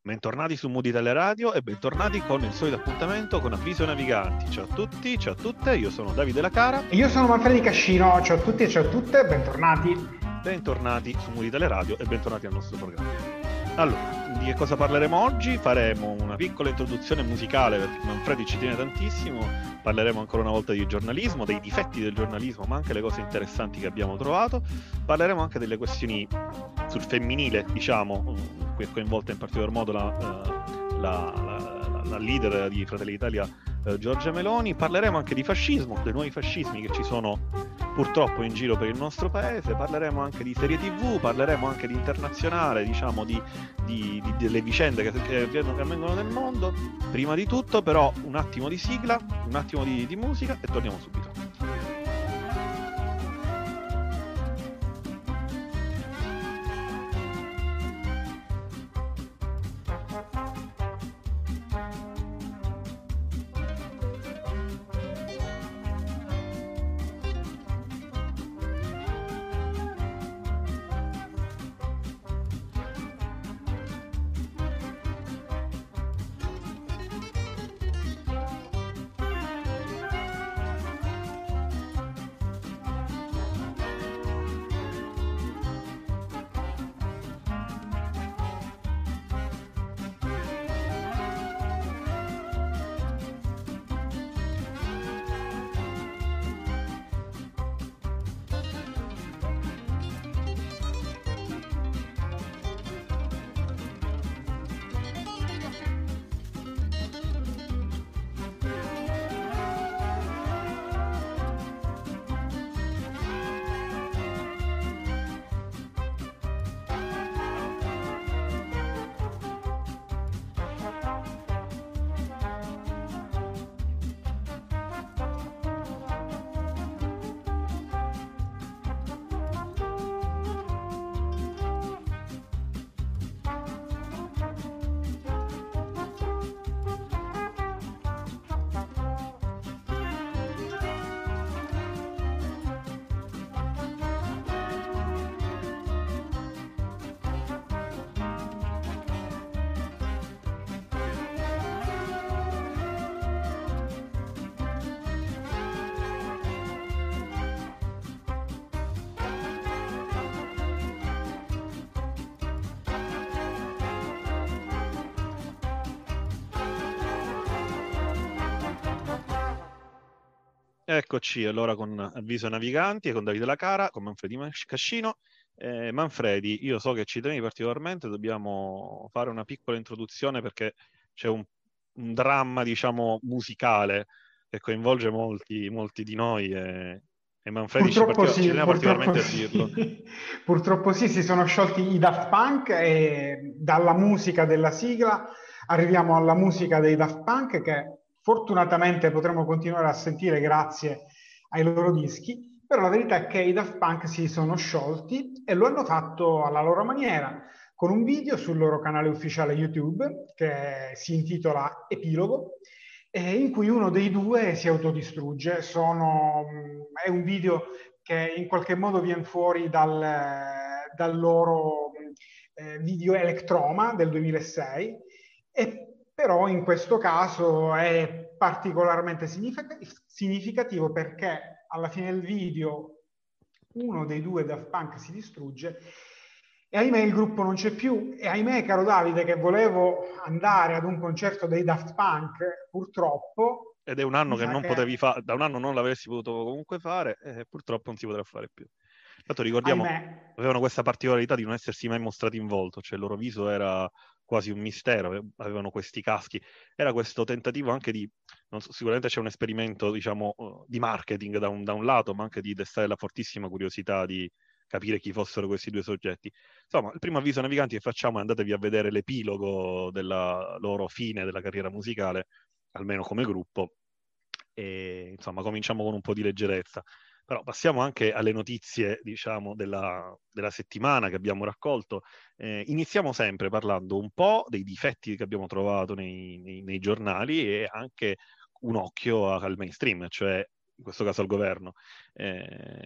Bentornati su Mood Italia Radio e bentornati con il solito appuntamento con Avviso ai Naviganti. Ciao a tutti, ciao a tutte, io sono Davide La Cara. E io sono Manfredi Cascino, ciao a tutti e ciao a tutte, bentornati. Bentornati su Mood Italia Radio e bentornati al nostro programma. Allora, di che cosa parleremo oggi? Faremo una piccola introduzione musicale perché Manfredi ci tiene tantissimo. Parleremo ancora una volta di giornalismo, dei difetti del giornalismo, ma anche le cose interessanti che abbiamo trovato. Parleremo anche delle questioni sul femminile, diciamo, qui è coinvolta in particolar modo la leader di Fratelli d'Italia, Giorgia Meloni. Parleremo anche di fascismo, dei nuovi fascismi che ci sono purtroppo in giro per il nostro paese. Parleremo anche di serie TV, parleremo anche di internazionale, diciamo delle vicende che avvengono nel mondo. Prima di tutto però un attimo di sigla, un attimo di musica e torniamo subito. Eccoci allora con Avviso ai Naviganti e con Davide La Cara, con Manfredi Cascino. Manfredi, io so che ci tieni particolarmente, dobbiamo fare una piccola introduzione perché c'è un dramma, diciamo, musicale che coinvolge molti di noi e Manfredi ci tiene particolarmente a dirlo. Purtroppo sì, si sono sciolti i Daft Punk e dalla musica della sigla arriviamo alla musica dei Daft Punk che fortunatamente potremo continuare a sentire grazie ai loro dischi, però la verità è che i Daft Punk si sono sciolti e lo hanno fatto alla loro maniera, con un video sul loro canale ufficiale YouTube che si intitola Epilogo, in cui uno dei due si autodistrugge. È un video che in qualche modo viene fuori dal loro video Electroma del 2006, e però in questo caso è particolarmente significativo perché alla fine del video uno dei due Daft Punk si distrugge e ahimè il gruppo non c'è più, e ahimè, caro Davide, che volevo andare ad un concerto dei Daft Punk, purtroppo... Ed è un anno che non potevi fare, da un anno non l'avresti potuto comunque fare e purtroppo non si potrà fare più. Infatti ricordiamo, ahimè, avevano questa particolarità di non essersi mai mostrati in volto, cioè il loro viso era quasi un mistero, avevano questi caschi, era questo tentativo anche di, non so, sicuramente c'è un esperimento, diciamo, di marketing da un lato, ma anche di destare la fortissima curiosità di capire chi fossero questi due soggetti. Insomma, il primo avviso ai naviganti che facciamo è andatevi a vedere l'epilogo della loro fine della carriera musicale, almeno come gruppo, e insomma cominciamo con un po' di leggerezza. Però passiamo anche alle notizie, diciamo, della settimana che abbiamo raccolto. Iniziamo sempre parlando un po' dei difetti che abbiamo trovato nei giornali e anche un occhio al mainstream, cioè in questo caso al governo.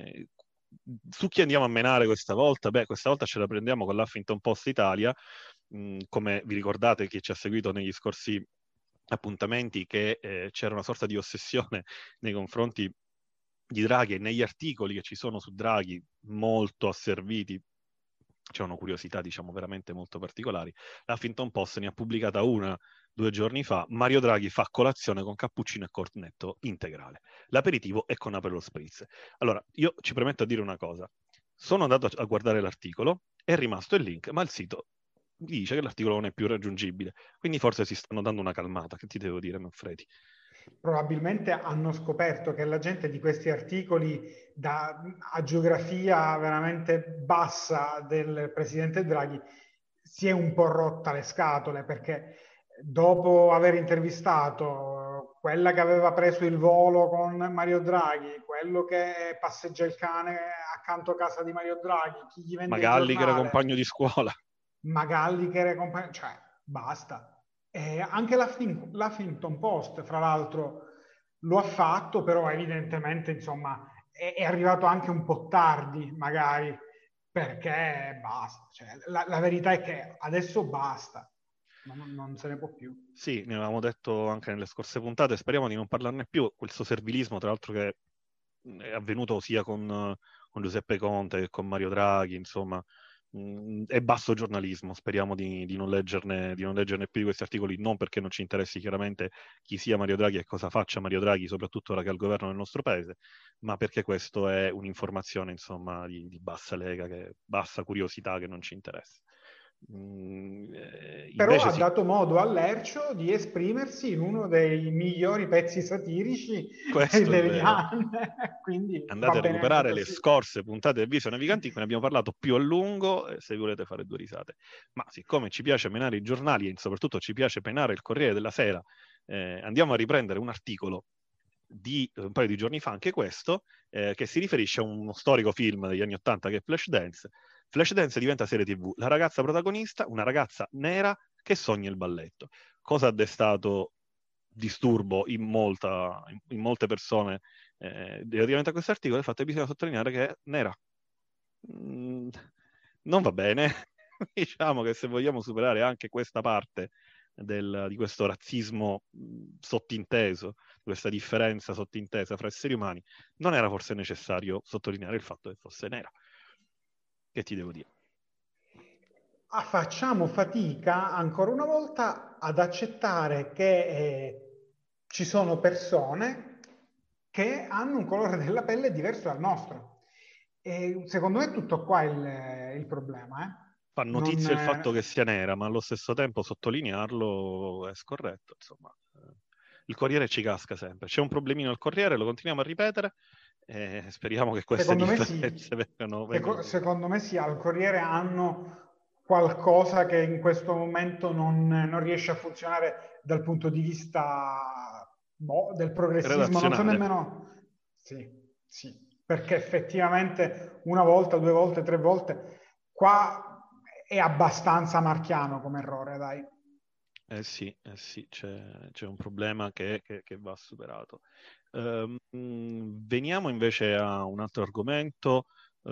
Su chi andiamo a menare questa volta? Beh, questa volta ce la prendiamo con l'Huffington Post Italia, come vi ricordate, chi ci ha seguito negli scorsi appuntamenti, che c'era una sorta di ossessione nei confronti di Draghi, e negli articoli che ci sono su Draghi, molto asserviti, c'erano curiosità, diciamo, veramente molto particolari. La Huffington Post ne ha pubblicata una 2 giorni fa: Mario Draghi fa colazione con cappuccino e cornetto integrale. L'aperitivo è con Aperol Spritz. Allora, io ci permetto a dire una cosa. Sono andato a guardare l'articolo, è rimasto il link, ma il sito dice che l'articolo non è più raggiungibile. Quindi forse si stanno dando una calmata. Che ti devo dire, Manfredi? Probabilmente hanno scoperto che la gente di questi articoli da geografia veramente bassa del presidente Draghi si è un po' rotta le scatole, perché dopo aver intervistato quella che aveva preso il volo con Mario Draghi, quello che passeggia il cane accanto a casa di Mario Draghi, chi gli vende il Magalli, che era giornale, compagno di scuola. Magalli che era compagno, cioè basta. Anche l'Huffington Post, fra l'altro, lo ha fatto, però evidentemente, insomma, è arrivato anche un po' tardi, magari, perché basta. Cioè, la verità è che adesso basta, non se ne può più. Sì, ne avevamo detto anche nelle scorse puntate, speriamo di non parlarne più. Questo servilismo, tra l'altro, che è avvenuto sia con Giuseppe Conte che con Mario Draghi, insomma, è basso giornalismo. Speriamo di non leggerne più di questi articoli, non perché non ci interessi chiaramente chi sia Mario Draghi e cosa faccia Mario Draghi, soprattutto ora che è al governo del nostro paese, ma perché questo è un'informazione, insomma, di bassa lega, bassa curiosità, che non ci interessa. Però Invece ha sì, dato modo a Lercio di esprimersi in uno dei migliori pezzi satirici questo è degli vero. anni, quindi va Andate a bene anche recuperare le così. scorse puntate del Viso Naviganti, in cui ne abbiamo parlato più a lungo, se volete fare due risate. Ma siccome ci piace menare i giornali e soprattutto ci piace penare il Corriere della Sera, andiamo a riprendere un articolo di un paio di giorni fa, anche questo, che si riferisce a uno storico film degli anni '80 che è Flashdance. Flashdance diventa serie TV. La ragazza protagonista, una ragazza nera che sogna il balletto. Cosa ha destato disturbo in molte persone relativamente a questo articolo? Il fatto che bisogna sottolineare che è nera. Mm, non va bene. Diciamo che se vogliamo superare anche questa parte di questo razzismo sottinteso, questa differenza sottintesa fra esseri umani, non era forse necessario sottolineare il fatto che fosse nera. Che ti devo dire? Facciamo fatica ancora una volta ad accettare che ci sono persone che hanno un colore della pelle diverso dal nostro. E secondo me è tutto qua il problema. Fa Non, notizia il fatto che sia nera, ma allo stesso tempo sottolinearlo è scorretto, insomma. Il Corriere ci casca sempre. C'è un problemino al Corriere, lo continuiamo a ripetere e speriamo che queste secondo me sì. differenze vengano Secondo me sì, al Corriere hanno qualcosa che in questo momento non riesce a funzionare dal punto di vista del progressismo, non so redazionale. nemmeno. Sì, sì, perché effettivamente una volta, due volte, tre volte, qua è abbastanza marchiano come errore, dai. Sì, c'è un problema che va superato. Veniamo invece a un altro argomento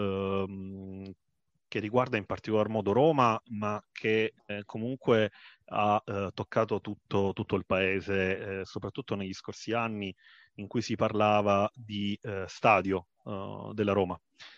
che riguarda in particolar modo Roma, ma che comunque ha toccato tutto il paese, soprattutto negli scorsi anni in cui si parlava di stadio della Roma.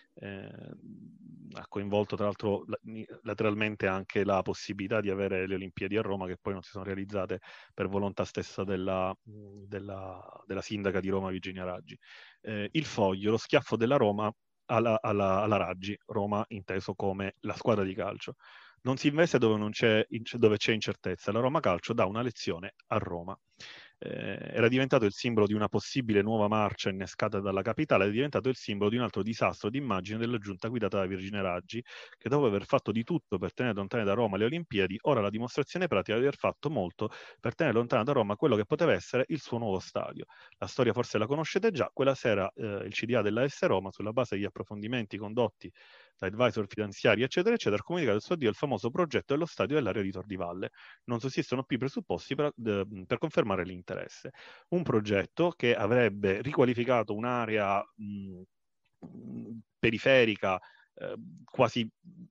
Ha coinvolto tra l'altro lateralmente anche la possibilità di avere le Olimpiadi a Roma, che poi non si sono realizzate per volontà stessa della sindaca di Roma, Virginia Raggi. Il Foglio, lo schiaffo della Roma alla Raggi, Roma inteso come la squadra di calcio. Non si investe dove c'è incertezza. La Roma Calcio dà una lezione a Roma. Era diventato il simbolo di una possibile nuova marcia innescata dalla capitale, è diventato il simbolo di un altro disastro d'immagine della giunta guidata da Virginia Raggi, che dopo aver fatto di tutto per tenere lontane da Roma le Olimpiadi, ora la dimostrazione pratica di aver fatto molto per tenere lontano da Roma quello che poteva essere il suo nuovo stadio. La storia forse la conoscete già. Quella sera il CDA dell'AS Roma, sulla base degli approfondimenti condotti da advisor finanziari, eccetera, eccetera, ha comunicato il suo addio al famoso progetto dello stadio dell'area di Tor di Valle. Non sussistono più i presupposti per confermare l'interesse. Un progetto che avrebbe riqualificato un'area periferica quasi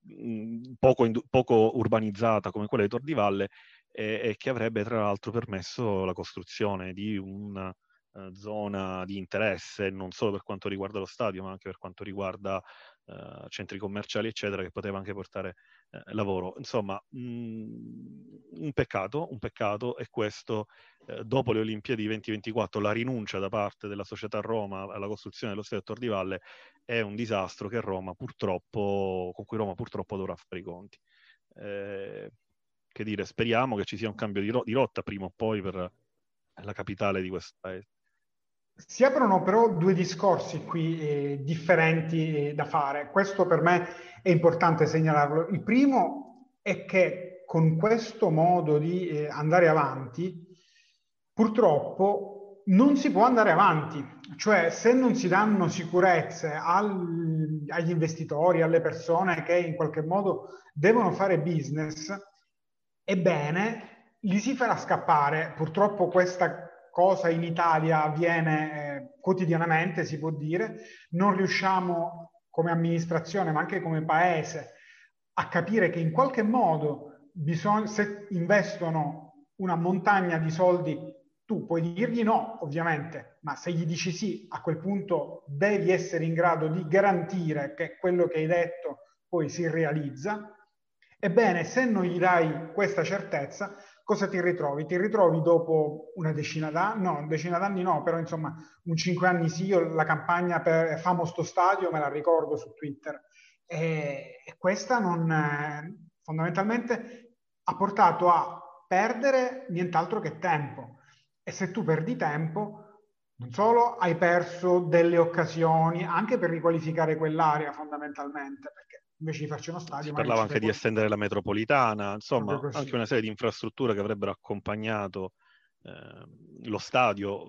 poco urbanizzata come quella di Tor di Valle, e che avrebbe tra l'altro permesso la costruzione di una zona di interesse non solo per quanto riguarda lo stadio, ma anche per quanto riguarda centri commerciali, eccetera, che poteva anche portare lavoro. Insomma, un peccato, e questo dopo le Olimpiadi 2024, la rinuncia da parte della società Roma alla costruzione dello stadio Tor di Valle è un disastro con cui Roma purtroppo dovrà fare i conti. Che dire, speriamo che ci sia un cambio di rotta prima o poi per la capitale di questo paese. Si aprono però due discorsi qui differenti da fare. Questo per me è importante segnalarlo. Il primo è che con questo modo di andare avanti, purtroppo non si può andare avanti. Cioè, se non si danno sicurezze agli investitori, alle persone che in qualche modo devono fare business, ebbene, li si farà scappare. Purtroppo questa cosa in Italia avviene quotidianamente, si può dire. Non riusciamo come amministrazione, ma anche come paese, a capire che in qualche modo se investono una montagna di soldi, tu puoi dirgli no, ovviamente, ma se gli dici sì, a quel punto devi essere in grado di garantire che quello che hai detto poi si realizza. Ebbene, se non gli dai questa certezza, cosa ti ritrovi? Ti ritrovi dopo una decina d'anni no, però insomma un 5 anni sì, io la campagna per Famo sto stadio me la ricordo su Twitter. E questa fondamentalmente ha portato a perdere nient'altro che tempo. E se tu perdi tempo, non solo hai perso delle occasioni anche per riqualificare quell'area fondamentalmente, perché invece di farci uno stadio Si magari parlava ci anche fai di estendere la metropolitana, proprio insomma, anche così. una serie di infrastrutture che avrebbero accompagnato lo stadio.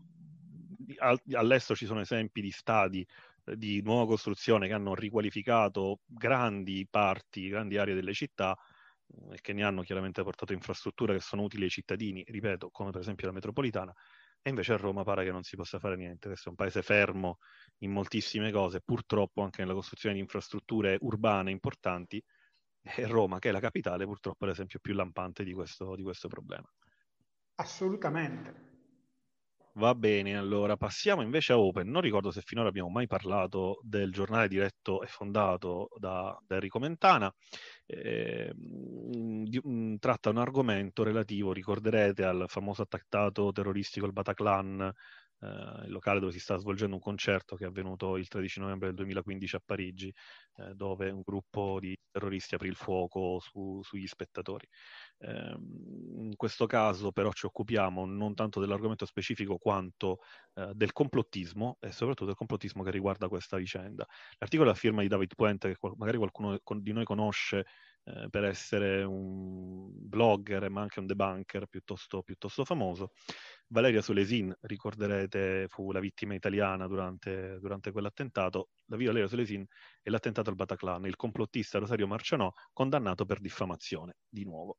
All'estero ci sono esempi di stadi di nuova costruzione che hanno riqualificato grandi aree delle città, e che ne hanno chiaramente portato infrastrutture che sono utili ai cittadini, ripeto, come per esempio la metropolitana. E invece a Roma pare che non si possa fare niente. Questo è un paese fermo in moltissime cose, purtroppo anche nella costruzione di infrastrutture urbane importanti, e Roma, che è la capitale, purtroppo è l'esempio più lampante di questo problema. Assolutamente. Va bene, allora passiamo invece a Open. Non ricordo se finora abbiamo mai parlato del giornale diretto e fondato da Enrico Mentana. Tratta un argomento relativo, ricorderete, al famoso attentato terroristico al Bataclan, il locale dove si sta svolgendo un concerto che è avvenuto il 13 novembre del 2015 a Parigi, dove un gruppo di terroristi aprì il fuoco sugli spettatori. In questo caso però ci occupiamo non tanto dell'argomento specifico quanto del complottismo, e soprattutto del complottismo che riguarda questa vicenda. L'articolo è a firma di David Puente, che magari qualcuno di noi conosce per essere un blogger, ma anche un debunker piuttosto famoso. Valeria Solesin, ricorderete, fu la vittima italiana durante quell'attentato. La Valeria Solesin è l'attentato al Bataclan, il complottista Rosario Marcianò, condannato per diffamazione, di nuovo.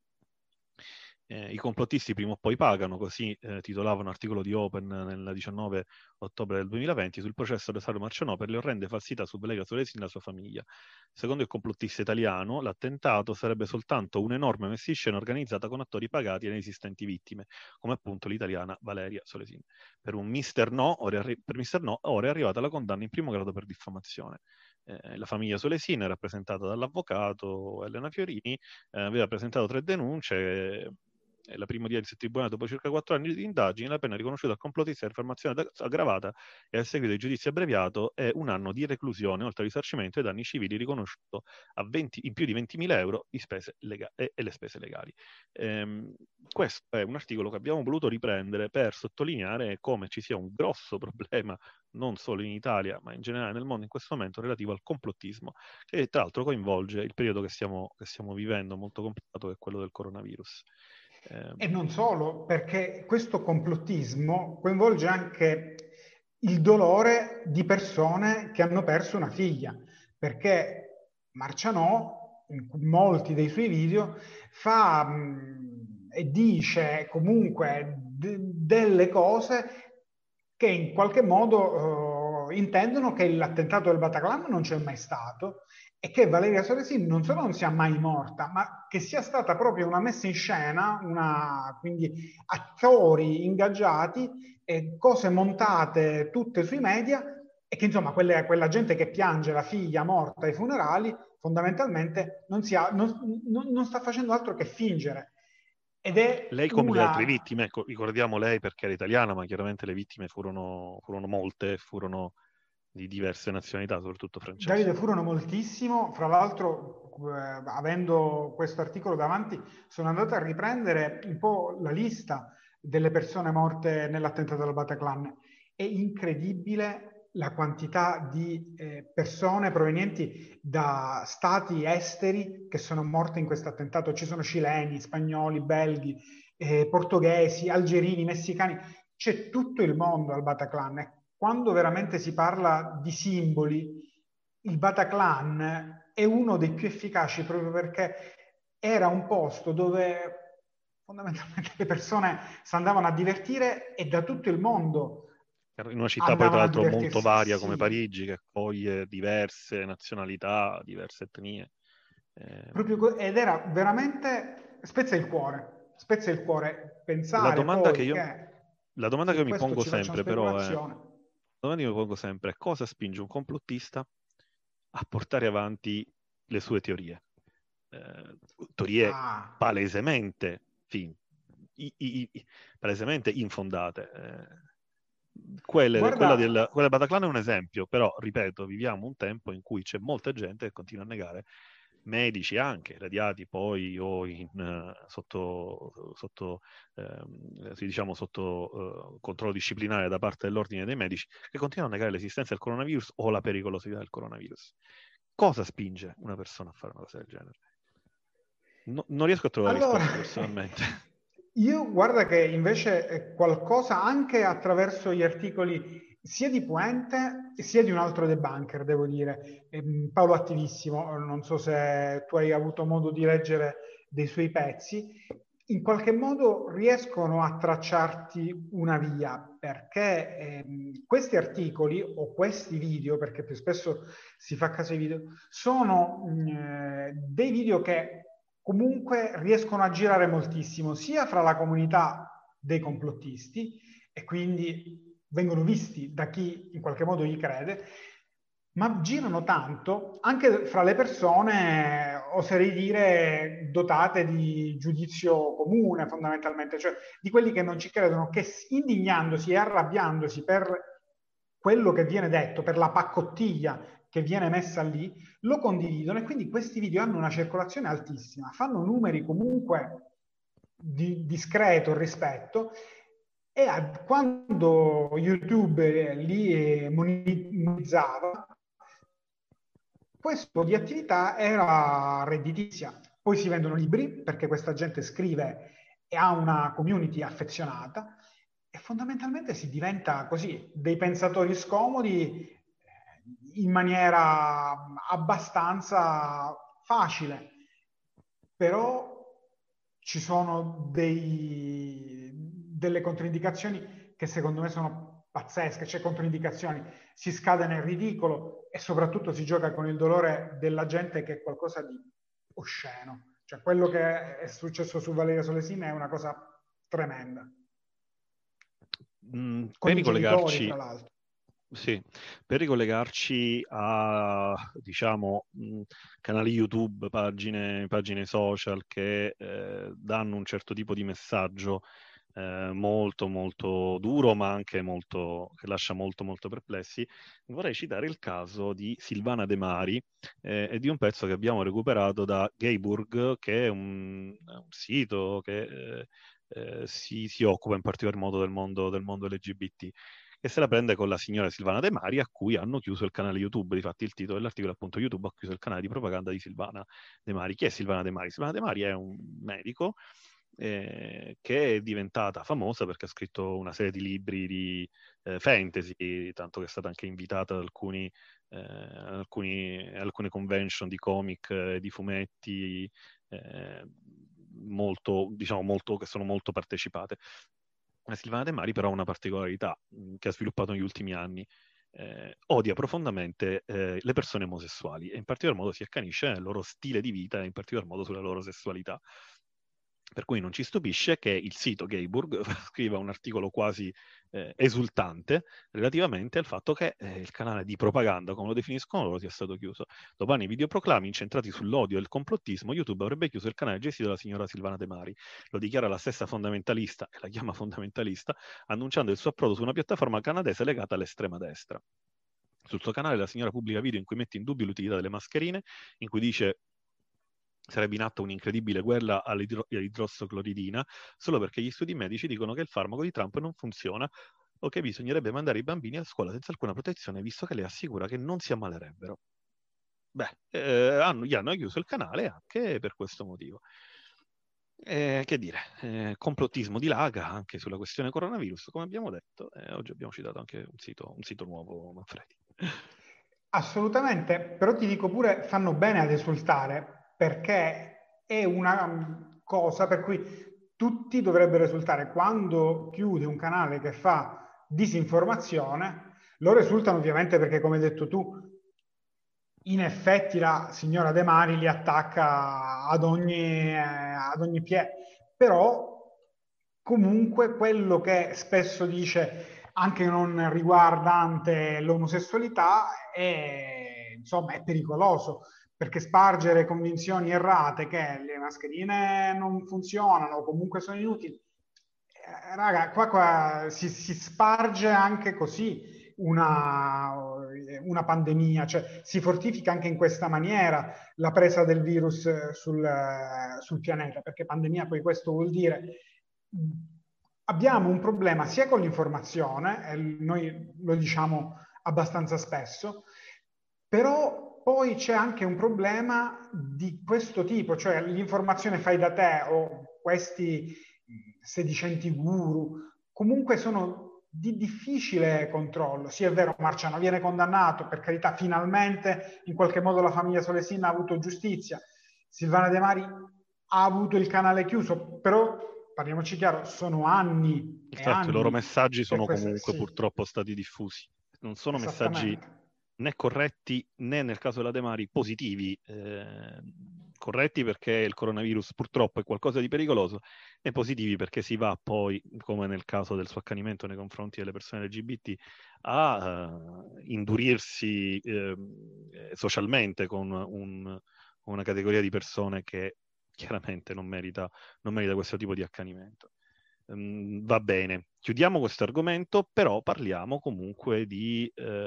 I complottisti prima o poi pagano, così titolava un articolo di Open nel 19 ottobre del 2020 sul processo di Rosario Marcianò per le orrende falsità su Valeria Solesin e la sua famiglia. Secondo il complottista italiano, l'attentato sarebbe soltanto un'enorme messinscena organizzata con attori pagati e inesistenti vittime, come appunto l'italiana Valeria Solesin. Per Mister No, ora è arrivata la condanna in primo grado per diffamazione. La famiglia Solesin, rappresentata dall'avvocato Elena Fiorini, aveva presentato 3 denunce. La prima udienza del tribunale, dopo circa 4 anni di indagini, la pena riconosciuta al complottista è diffamazione aggravata e a seguito di giudizio abbreviato è 1 anno di reclusione, oltre al risarcimento ai danni civili riconosciuto in più di 20.000 euro di spese e le spese legali. Questo è un articolo che abbiamo voluto riprendere per sottolineare come ci sia un grosso problema, non solo in Italia, ma in generale nel mondo in questo momento, relativo al complottismo, che tra l'altro coinvolge il periodo che stiamo vivendo, molto complicato, che è quello del coronavirus. E non solo, perché questo complottismo coinvolge anche il dolore di persone che hanno perso una figlia, perché Marcianò, in molti dei suoi video, fa e dice comunque delle cose che in qualche modo intendono che l'attentato del Bataclan non c'è mai stato e che Valeria Solesin non solo non sia mai morta, ma che sia stata proprio una messa in scena, quindi attori ingaggiati e cose montate tutte sui media e che insomma quella gente che piange la figlia morta ai funerali fondamentalmente non sta facendo altro che fingere. Ed è Lei come le altre una... vittime, ecco, ricordiamo lei perché era italiana, ma chiaramente le vittime furono molte, furono di diverse nazionalità, soprattutto francesi. Davide, furono moltissimo, fra l'altro avendo questo articolo davanti sono andato a riprendere un po' la lista delle persone morte nell'attentato al Bataclan. È incredibile la quantità di persone provenienti da stati esteri che sono morte in questo attentato. Ci sono cileni, spagnoli, belghi, portoghesi, algerini, messicani. C'è tutto il mondo al Bataclan. Quando veramente si parla di simboli, il Bataclan è uno dei più efficaci proprio perché era un posto dove fondamentalmente le persone si andavano a divertire e da tutto il mondo In una città poi tra andavano a l'altro molto divertirsi. varia come Sì, Parigi, che accoglie diverse nazionalità, diverse etnie. ed era veramente spezza il cuore La pensare domanda che poi io, che la domanda che su io mi questo pongo ci facciano sempre però è, speculazione. la domanda che mi pongo sempre è cosa spinge un complottista a portare avanti le sue teorie? Teorie Ah, palesemente, palesemente infondate. Quella guarda, del Bataclan è un esempio, però, ripeto, viviamo un tempo in cui c'è molta gente che continua a negare, medici anche, radiati poi o sotto controllo disciplinare da parte dell'ordine dei medici, che continuano a negare l'esistenza del coronavirus o la pericolosità del coronavirus. Cosa spinge una persona a fare una cosa del genere? Non riesco a trovare allora, risposte personalmente. io guarda che invece qualcosa anche attraverso gli articoli sia di Puente sia di un altro debunker, devo dire, Paolo Attivissimo, non so se tu hai avuto modo di leggere dei suoi pezzi, in qualche modo riescono a tracciarti una via, perché questi articoli o questi video, perché più spesso si fa caso ai video, sono dei video che comunque riescono a girare moltissimo, sia fra la comunità dei complottisti, e quindi vengono visti da chi in qualche modo gli crede, ma girano tanto anche fra le persone, oserei dire, dotate di giudizio comune fondamentalmente, cioè di quelli che non ci credono, che indignandosi e arrabbiandosi per quello che viene detto, per la paccottiglia che viene messa lì, lo condividono e quindi questi video hanno una circolazione altissima, fanno numeri comunque di discreto rispetto e quando YouTube li monetizzava, questo di attività era redditizia. Poi si vendono libri perché questa gente scrive e ha una community affezionata e fondamentalmente si diventa così, dei pensatori scomodi in maniera abbastanza facile. Però ci sono delle controindicazioni che secondo me sono pazzesche, c'è controindicazioni, si scade nel ridicolo e soprattutto si gioca con il dolore della gente, che è qualcosa di osceno. Cioè quello che è successo su Valeria Solesin è una cosa tremenda. Per Con i genitori, ricollegarci, fra l'altro. sì, per ricollegarci a, diciamo, canali YouTube, pagine social che danno un certo tipo di messaggio molto, molto duro, ma anche molto, che lascia molto, molto perplessi, vorrei citare il caso di Silvana De Mari e di un pezzo che abbiamo recuperato da Gayburg, che è un sito che si occupa in particolar modo del mondo LGBT, che se la prende con la signora Silvana De Mari, a cui hanno chiuso il canale YouTube. Difatti il titolo dell'articolo è appunto YouTube ha chiuso il canale di propaganda di Silvana De Mari. Chi è Silvana De Mari? Silvana De Mari è un medico che è diventata famosa perché ha scritto una serie di libri di fantasy, tanto che è stata anche invitata ad alcune convention di comic, di fumetti, molto, diciamo, molto, che sono molto partecipate. La Silvana De Mari però ha una particolarità che ha sviluppato negli ultimi anni. odia profondamente le persone omosessuali e in particolar modo si accanisce nel loro stile di vita e in particolar modo sulla loro sessualità. Per cui non ci stupisce che il sito Gayburg scriva un articolo quasi esultante relativamente al fatto che il canale di propaganda, come lo definiscono loro, sia stato chiuso. Dopo anni videoproclami incentrati sull'odio e il complottismo, YouTube avrebbe chiuso il canale gestito dalla signora Silvana De Mari. Lo dichiara la stessa fondamentalista, e la chiama fondamentalista, annunciando il suo approdo su una piattaforma canadese legata all'estrema destra. Sul suo canale la signora pubblica video in cui mette in dubbio l'utilità delle mascherine, in cui dice sarebbe in atto un'incredibile guerra all'idrossocloridina solo perché gli studi medici dicono che il farmaco di Trump non funziona o che bisognerebbe mandare i bambini a scuola senza alcuna protezione visto che lei assicura che non si ammalerebbero. Beh, gli hanno chiuso il canale anche per questo motivo. Che dire, complottismo dilaga anche sulla questione coronavirus, come abbiamo detto, oggi abbiamo citato anche un sito nuovo, Manfredi. Assolutamente, però ti dico pure, fanno bene ad esultare, perché è una cosa per cui tutti dovrebbero esultare. Quando chiude un canale che fa disinformazione, loro esultano ovviamente perché, come hai detto tu, in effetti la signora De Mari li attacca ad ogni piede, però comunque quello che spesso dice anche non riguardante l'omosessualità insomma, è pericoloso, perché spargere convinzioni errate che le mascherine non funzionano o comunque sono inutili, raga, qua si sparge anche così una pandemia, cioè si fortifica anche in questa maniera la presa del virus sul pianeta, perché pandemia poi questo vuol dire abbiamo un problema sia con l'informazione, e noi lo diciamo abbastanza spesso, però poi c'è anche un problema di questo tipo, cioè l'informazione fai da te o questi sedicenti guru comunque sono di difficile controllo. Sì, è vero, Marciano viene condannato, per carità, finalmente in qualche modo la famiglia Solesin ha avuto giustizia. Silvana De Mari ha avuto il canale chiuso, però parliamoci chiaro, sono anni e Esatto, i loro anni messaggi che sono questa... comunque Sì, purtroppo stati diffusi. Non sono messaggi esattamente. né corretti né nel caso della De Mari positivi. Corretti perché il coronavirus purtroppo è qualcosa di pericoloso e positivi perché si va poi, come nel caso del suo accanimento nei confronti delle persone LGBT, a indurirsi socialmente con una categoria di persone che chiaramente non merita questo tipo di accanimento. Va bene, chiudiamo questo argomento, però parliamo comunque di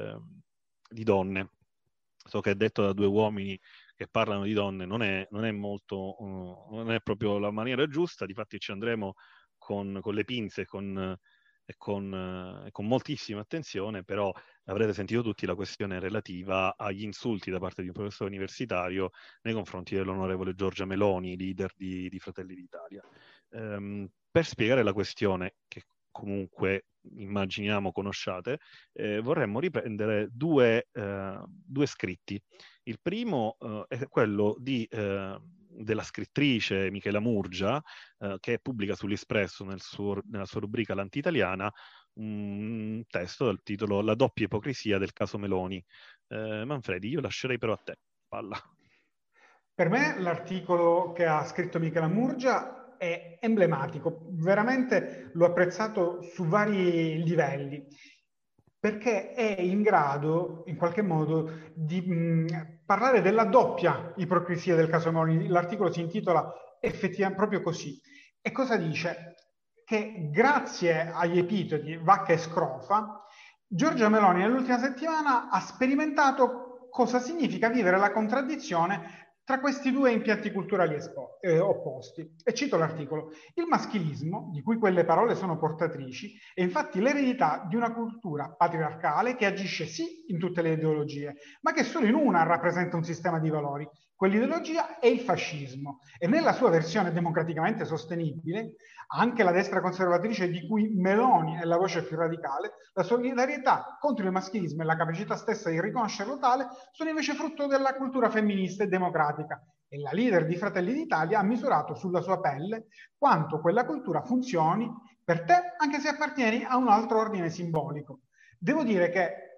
donne. So che è detto da due uomini che parlano di donne non è molto, non è proprio la maniera giusta, difatti ci andremo con le pinze e con moltissima attenzione, però avrete sentito tutti la questione relativa agli insulti da parte di un professore universitario nei confronti dell'onorevole Giorgia Meloni, leader di Fratelli d'Italia. Per spiegare la questione, che comunque immaginiamo conosciate, vorremmo riprendere due scritti. Il primo è quello della scrittrice Michela Murgia, che pubblica sull'Espresso nella sua rubrica L'Antitaliana un testo dal titolo La doppia ipocrisia del caso Meloni. Manfredi, io lascerei però a te. Palla. Per me l'articolo che ha scritto Michela Murgia è emblematico, veramente l'ho apprezzato su vari livelli, perché è in grado, in qualche modo, di parlare della doppia ipocrisia del caso Meloni. L'articolo si intitola effettivamente proprio così. E cosa dice? Che grazie agli epitodi vacca e scrofa, Giorgia Meloni nell'ultima settimana ha sperimentato cosa significa vivere la contraddizione tra questi due impianti culturali opposti. E cito l'articolo: il maschilismo, di cui quelle parole sono portatrici, è infatti l'eredità di una cultura patriarcale che agisce sì in tutte le ideologie, ma che solo in una rappresenta un sistema di valori. Quell'ideologia è il fascismo e nella sua versione democraticamente sostenibile, anche la destra conservatrice di cui Meloni è la voce più radicale, la solidarietà contro il maschilismo e la capacità stessa di riconoscerlo tale sono invece frutto della cultura femminista e democratica e la leader di Fratelli d'Italia ha misurato sulla sua pelle quanto quella cultura funzioni per te anche se appartieni a un altro ordine simbolico. Devo dire che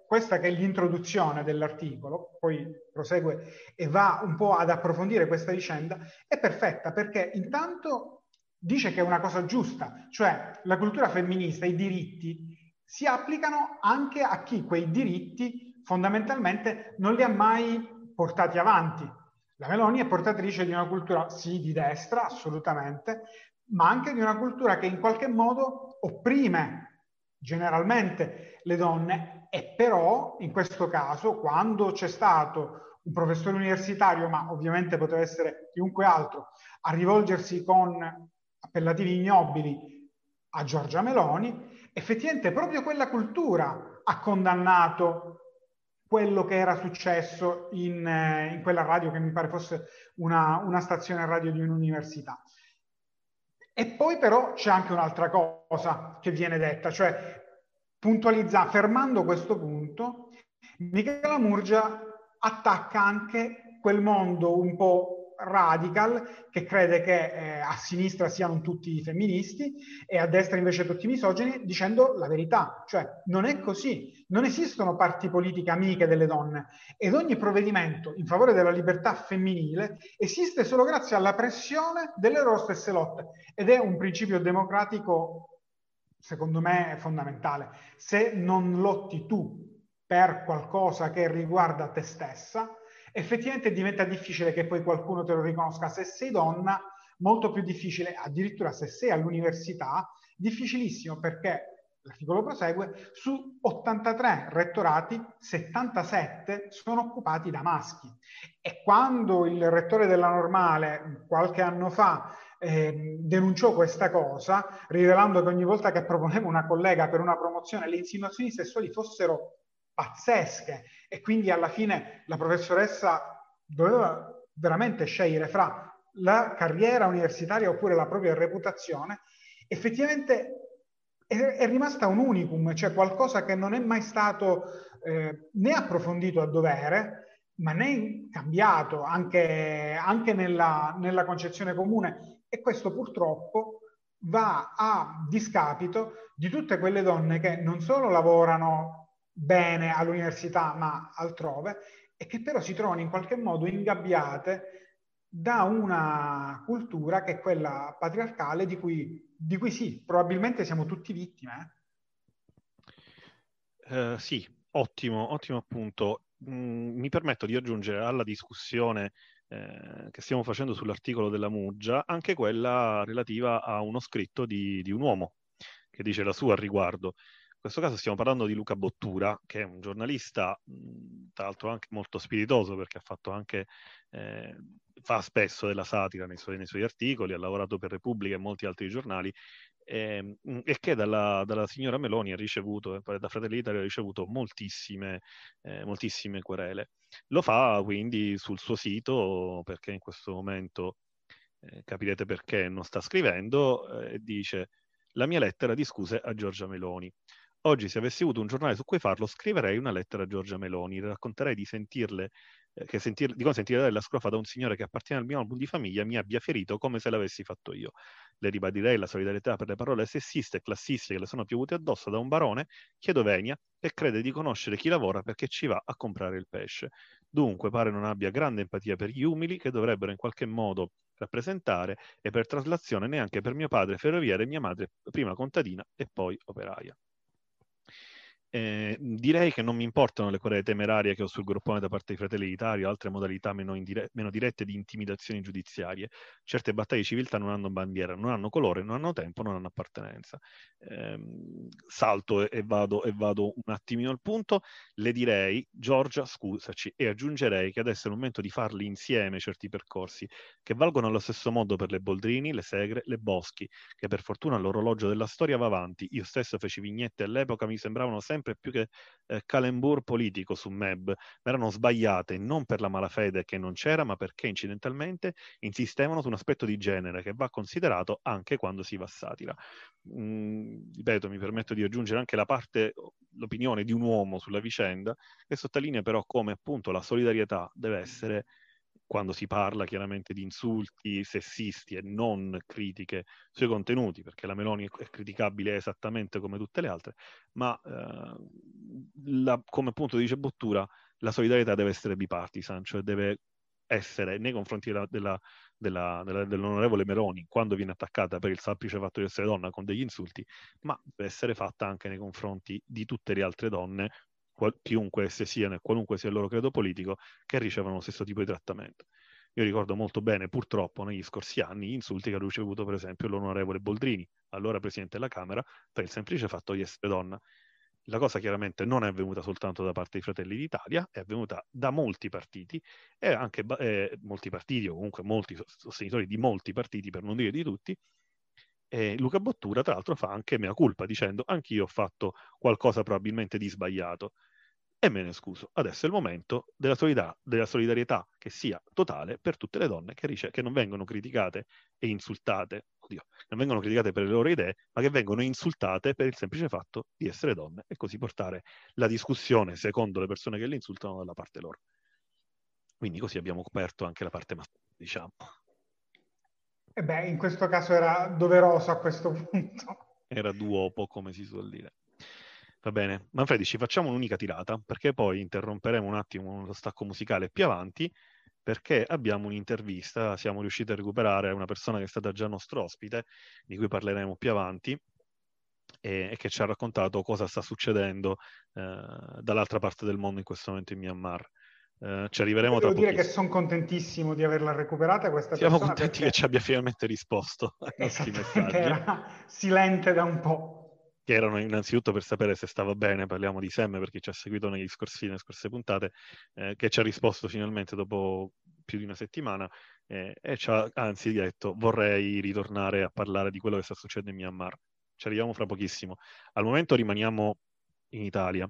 questa che è l'introduzione dell'articolo, poi prosegue e va un po' ad approfondire questa vicenda, è perfetta perché intanto dice che è una cosa giusta, cioè la cultura femminista, i diritti si applicano anche a chi quei diritti fondamentalmente non li ha mai portati avanti. La Meloni è portatrice di una cultura, sì, di destra, assolutamente, ma anche di una cultura che in qualche modo opprime generalmente le donne, e però in questo caso, quando c'è stato un professore universitario, ma ovviamente poteva essere chiunque altro, a rivolgersi con appellativi ignobili a Giorgia Meloni, effettivamente proprio quella cultura ha condannato quello che era successo in quella radio, che mi pare fosse una stazione radio di un'università. E poi però c'è anche un'altra cosa che viene detta, cioè fermando questo punto, Michela Murgia attacca anche quel mondo un po' radical che crede che a sinistra siano tutti femministi e a destra invece tutti misogini, dicendo la verità, cioè non è così, non esistono parti politiche amiche delle donne ed ogni provvedimento in favore della libertà femminile esiste solo grazie alla pressione delle loro stesse lotte ed è un principio democratico secondo me fondamentale. Se non lotti tu per qualcosa che riguarda te stessa, effettivamente diventa difficile che poi qualcuno te lo riconosca. Se sei donna, molto più difficile, addirittura se sei all'università, difficilissimo, perché l'articolo prosegue, su 83 rettorati, 77 sono occupati da maschi. E quando il rettore della Normale, qualche anno fa, denunciò questa cosa, rivelando che ogni volta che proponeva una collega per una promozione le insinuazioni sessuali fossero pazzesche e quindi alla fine la professoressa doveva veramente scegliere fra la carriera universitaria oppure la propria reputazione, effettivamente è rimasta un unicum, cioè qualcosa che non è mai stato né approfondito a dovere, ma né cambiato anche nella concezione comune, e questo purtroppo va a discapito di tutte quelle donne che non solo lavorano bene all'università ma altrove e che però si trovano in qualche modo ingabbiate da una cultura che è quella patriarcale di cui sì, probabilmente siamo tutti vittime. Sì, ottimo appunto. Mi permetto di aggiungere alla discussione che stiamo facendo sull'articolo della Muggia anche quella relativa a uno scritto di un uomo che dice la sua al riguardo. In questo caso stiamo parlando di Luca Bottura, che è un giornalista, tra l'altro anche molto spiritoso, perché ha fatto anche, fa spesso della satira nei suoi articoli, ha lavorato per Repubblica e molti altri giornali, e che dalla signora Meloni ha ricevuto, da Fratelli d'Italia ha ricevuto moltissime querele. Lo fa quindi sul suo sito, perché in questo momento capirete perché non sta scrivendo, e dice: la mia lettera di scuse a Giorgia Meloni. Oggi, se avessi avuto un giornale su cui farlo, scriverei una lettera a Giorgia Meloni, racconterei di di come sentire della scrofa da un signore che appartiene al mio album di famiglia mi abbia ferito come se l'avessi fatto io. Le ribadirei la solidarietà per le parole sessiste e classiste che le sono piovute addosso da un barone, chiedo venia, che crede di conoscere chi lavora perché ci va a comprare il pesce. Dunque pare non abbia grande empatia per gli umili che dovrebbero in qualche modo rappresentare, e per traslazione neanche per mio padre ferroviere e mia madre prima contadina e poi operaia. Direi che non mi importano le querele temerarie che ho sul groppone da parte di Fratelli d'Italia o altre modalità meno dirette di intimidazioni giudiziarie. Certe battaglie di civiltà non hanno bandiera, non hanno colore, non hanno tempo, non hanno appartenenza. Salto e vado un attimino al punto. Le direi: Giorgia, scusaci, e aggiungerei che adesso è il momento di farli insieme certi percorsi che valgono allo stesso modo per le Boldrini, le Segre, le Boschi, che per fortuna l'orologio della storia va avanti. Io stesso feci vignette all'epoca, mi sembravano sempre più che calembour politico su Meb, ma erano sbagliate non per la malafede che non c'era, ma perché incidentalmente insistevano su un aspetto di genere che va considerato anche quando si va a satira. Ripeto, mi permetto di aggiungere anche l'opinione di un uomo sulla vicenda, che sottolinea però come appunto la solidarietà deve essere quando si parla chiaramente di insulti sessisti e non critiche sui contenuti, perché la Meloni è criticabile esattamente come tutte le altre, ma come punto di diciottura la solidarietà deve essere bipartisan, cioè deve essere nei confronti dell'onorevole Meloni quando viene attaccata per il semplice fatto di essere donna con degli insulti, ma deve essere fatta anche nei confronti di tutte le altre donne, chiunque esse siano e qualunque sia il loro credo politico, che ricevono lo stesso tipo di trattamento. Io ricordo molto bene, purtroppo, negli scorsi anni, gli insulti che ha ricevuto, per esempio, l'onorevole Boldrini, allora Presidente della Camera, per il semplice fatto di essere donna. La cosa chiaramente non è avvenuta soltanto da parte dei Fratelli d'Italia, è avvenuta da molti partiti, e anche molti partiti, o comunque molti sostenitori di molti partiti, per non dire di tutti. E Luca Bottura, tra l'altro, fa anche mea culpa, dicendo anch'io ho fatto qualcosa probabilmente di sbagliato. E me ne scuso. Adesso è il momento della solidarietà che sia totale per tutte le donne che non vengono criticate e insultate, non vengono criticate per le loro idee, ma che vengono insultate per il semplice fatto di essere donne, e così portare la discussione, secondo le persone che le insultano, dalla parte loro. Quindi così abbiamo coperto anche la parte maschile, diciamo. E beh, in questo caso era doveroso a questo punto. Era duopo, come si suol dire. Va bene, Manfredi, ci facciamo un'unica tirata, perché poi interromperemo un attimo lo stacco musicale più avanti, perché abbiamo un'intervista, siamo riusciti a recuperare una persona che è stata già nostro ospite, di cui parleremo più avanti, e che ci ha raccontato cosa sta succedendo dall'altra parte del mondo in questo momento in Myanmar. Ci arriveremo tra Devo dire pochissimo. che sono contentissimo di averla recuperata questa Siamo persona, contenti perché che ci abbia finalmente risposto ai nostri esattamente messaggi, era silente da un po'. che erano innanzitutto per sapere se stava bene. Parliamo di Sam, perché ci ha seguito nelle scorse puntate, che ci ha risposto finalmente dopo più di una settimana, e ci ha anzi detto: vorrei ritornare a parlare di quello che sta succedendo in Myanmar. Ci arriviamo fra pochissimo. Al momento rimaniamo in Italia.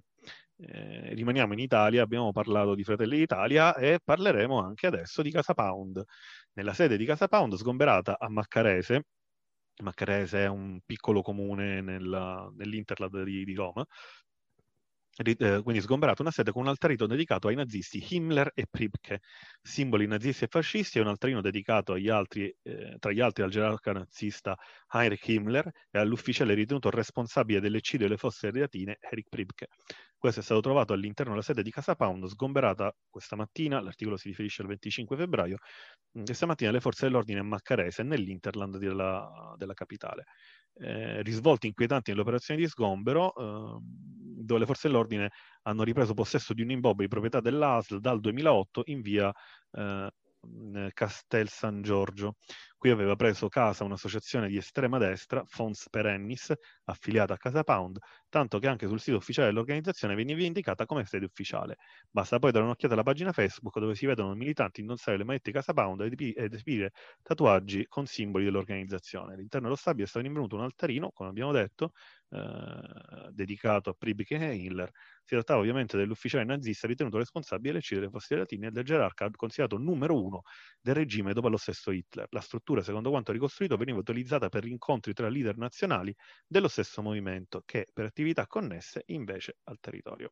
Abbiamo parlato di Fratelli d'Italia e parleremo anche adesso di Casa Pound. Nella sede di Casa Pound, sgomberata a Maccarese. Maccarese è un piccolo comune nell'Interland di Roma, quindi sgomberato una sede con un altarino dedicato ai nazisti Himmler e Priebke, simboli nazisti e fascisti, e un altarino dedicato tra gli altri al gerarca nazista Heinrich Himmler e all'ufficiale ritenuto responsabile dell'eccidio delle fosse latine Erich Priebke. Questo è stato trovato all'interno della sede di Casa Pound, sgomberata questa mattina. L'articolo si riferisce al 25 febbraio, questa mattina le forze dell'ordine a Maccarese, nell'Interland della capitale. Risvolti inquietanti nell'operazione di sgombero, dove le forze dell'ordine hanno ripreso possesso di un immobile di proprietà dell'ASL dal 2008 in via Castel San Giorgio. Qui aveva preso casa un'associazione di estrema destra, Fons Perennis, affiliata a Casa Pound, tanto che anche sul sito ufficiale dell'organizzazione veniva indicata come sede ufficiale. Basta poi dare un'occhiata alla pagina Facebook, dove si vedono militanti indossare le magliette di Casa Pound ed esibire tatuaggi con simboli dell'organizzazione. All'interno dello stabile è stato rinvenuto un altarino, come abbiamo detto, dedicato a Priebke e Hitler. Si trattava ovviamente dell'ufficiale nazista ritenuto responsabile dell'eccidio delle fosse latine e del gerarca considerato numero uno del regime dopo lo stesso Hitler. La struttura, secondo quanto ricostruito, veniva utilizzata per incontri tra leader nazionali dello stesso movimento, che per attività connesse invece al territorio.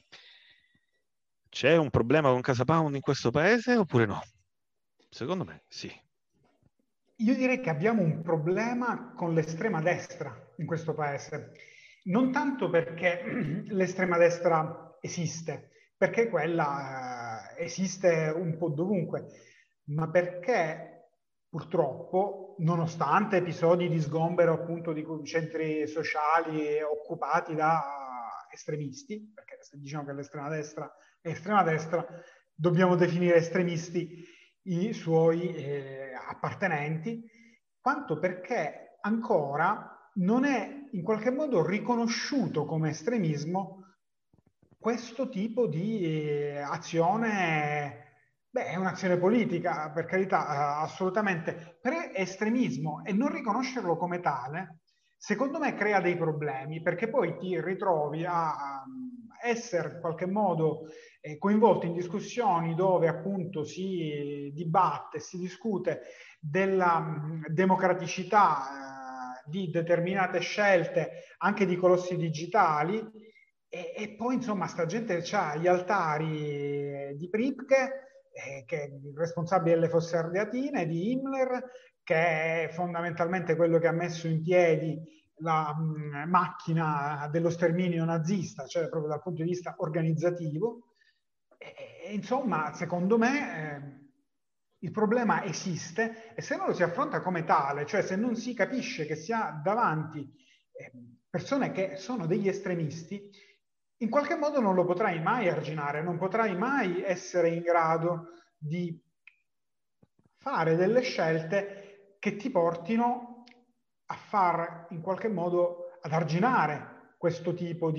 C'è un problema con Casa Pound in questo paese oppure no? Secondo me sì. Io direi che abbiamo un problema con l'estrema destra in questo paese, non tanto perché l'estrema destra esiste, perché quella esiste un po' dovunque, ma perché purtroppo, nonostante episodi di sgombero appunto di centri sociali occupati da estremisti, perché se diciamo che l'estrema destra è estrema destra, dobbiamo definire estremisti i suoi appartenenti, quanto perché ancora non è in qualche modo riconosciuto come estremismo questo tipo di azione. Beh, è un'azione politica, per carità, assolutamente, però è estremismo, e non riconoscerlo come tale, secondo me, crea dei problemi, perché poi ti ritrovi a essere in qualche modo coinvolto in discussioni dove appunto si dibatte, si discute della democraticità di determinate scelte, anche di colossi digitali, e poi insomma sta gente ha gli altari di Priebke che è il responsabile delle Fosse Ardeatine di Himmler, che è fondamentalmente quello che ha messo in piedi la macchina dello sterminio nazista, cioè proprio dal punto di vista organizzativo. Insomma, secondo me il problema esiste e se non lo si affronta come tale, cioè se non si capisce che si ha davanti persone che sono degli estremisti, in qualche modo non lo potrai mai arginare, non potrai mai essere in grado di fare delle scelte che ti portino a far in qualche modo ad arginare questo tipo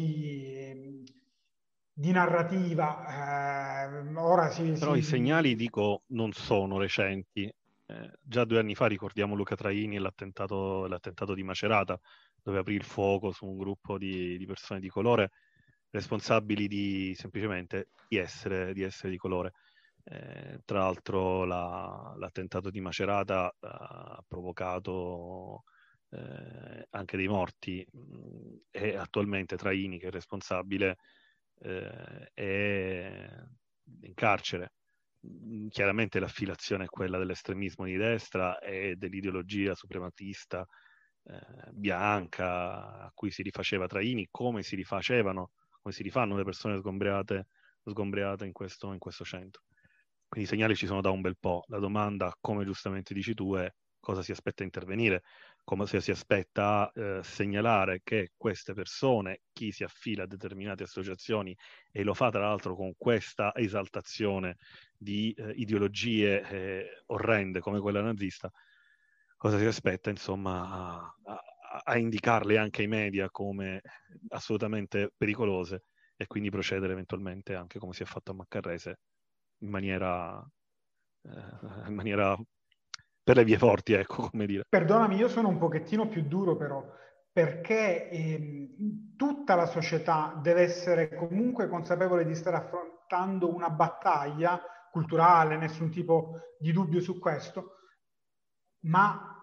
di narrativa. Ora Però i segnali, dico, non sono recenti. Già 2 anni fa ricordiamo Luca Traini e l'attentato di Macerata, dove aprì il fuoco su un gruppo di persone di colore responsabili semplicemente di essere di colore. Tra l'altro l'attentato di Macerata ha provocato anche dei morti e attualmente Traini, che è responsabile, è in carcere. Chiaramente l'affiliazione è quella dell'estremismo di destra e dell'ideologia suprematista bianca a cui si rifaceva Traini, come si rifanno le persone sgombriate in questo centro. Quindi i segnali ci sono da un bel po'. La domanda, come giustamente dici tu, è cosa si aspetta a intervenire, come si aspetta a segnalare che queste persone, chi si affila a determinate associazioni e lo fa tra l'altro con questa esaltazione di ideologie orrende come quella nazista, cosa si aspetta insomma a indicarle anche ai media come assolutamente pericolose e quindi procedere eventualmente anche come si è fatto a Maccarrese in maniera per le vie forti, ecco, come dire. Perdonami, io sono un pochettino più duro però, perché tutta la società deve essere comunque consapevole di stare affrontando una battaglia culturale, nessun tipo di dubbio su questo, ma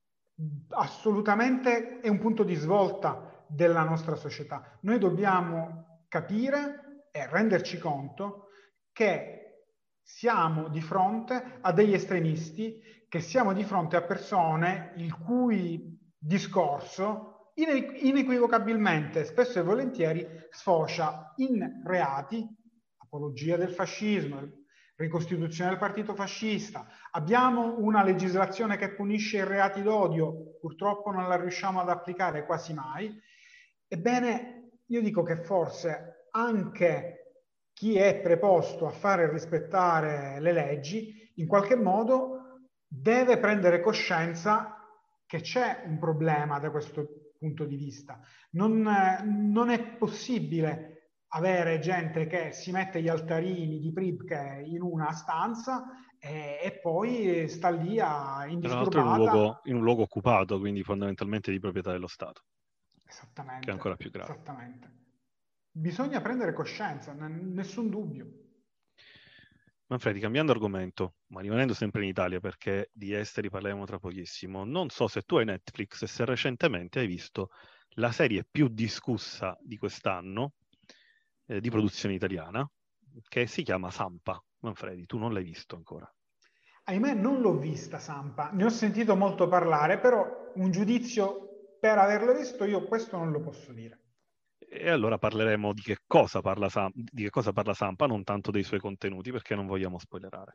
assolutamente è un punto di svolta della nostra società. Noi dobbiamo capire e renderci conto che siamo di fronte a degli estremisti, che siamo di fronte a persone il cui discorso inequivocabilmente, spesso e volentieri, sfocia in reati, apologia del fascismo, ricostituzione del partito fascista. Abbiamo una legislazione che punisce i reati d'odio, purtroppo non la riusciamo ad applicare quasi mai. Ebbene, io dico che forse anche chi è preposto a fare rispettare le leggi, in qualche modo deve prendere coscienza che c'è un problema da questo punto di vista. Non è possibile avere gente che si mette gli altarini di Pripke in una stanza e poi sta lì Tra l'altro indisturbata. in un luogo occupato, quindi fondamentalmente di proprietà dello Stato, che è Esattamente, ancora più grave. esattamente. Bisogna prendere coscienza, nessun dubbio. Manfredi, cambiando argomento, ma rimanendo sempre in Italia, perché di esteri parleremo tra pochissimo, non so se tu hai Netflix e se recentemente hai visto la serie più discussa di quest'anno, di produzione italiana, che si chiama Sampa. Manfredi, tu non l'hai visto ancora. Ahimè, non l'ho vista Sampa, ne ho sentito molto parlare, però un giudizio per averlo visto io questo non lo posso dire. E allora parleremo di che cosa parla Sampa, non tanto dei suoi contenuti, perché non vogliamo spoilerare.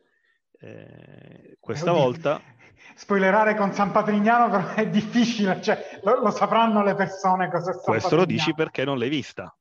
Questa Oddio, volta... spoilerare con San Patrignano però è difficile, cioè lo sapranno le persone cosa è San Questo lo dici Patrignano. perché non l'hai vista,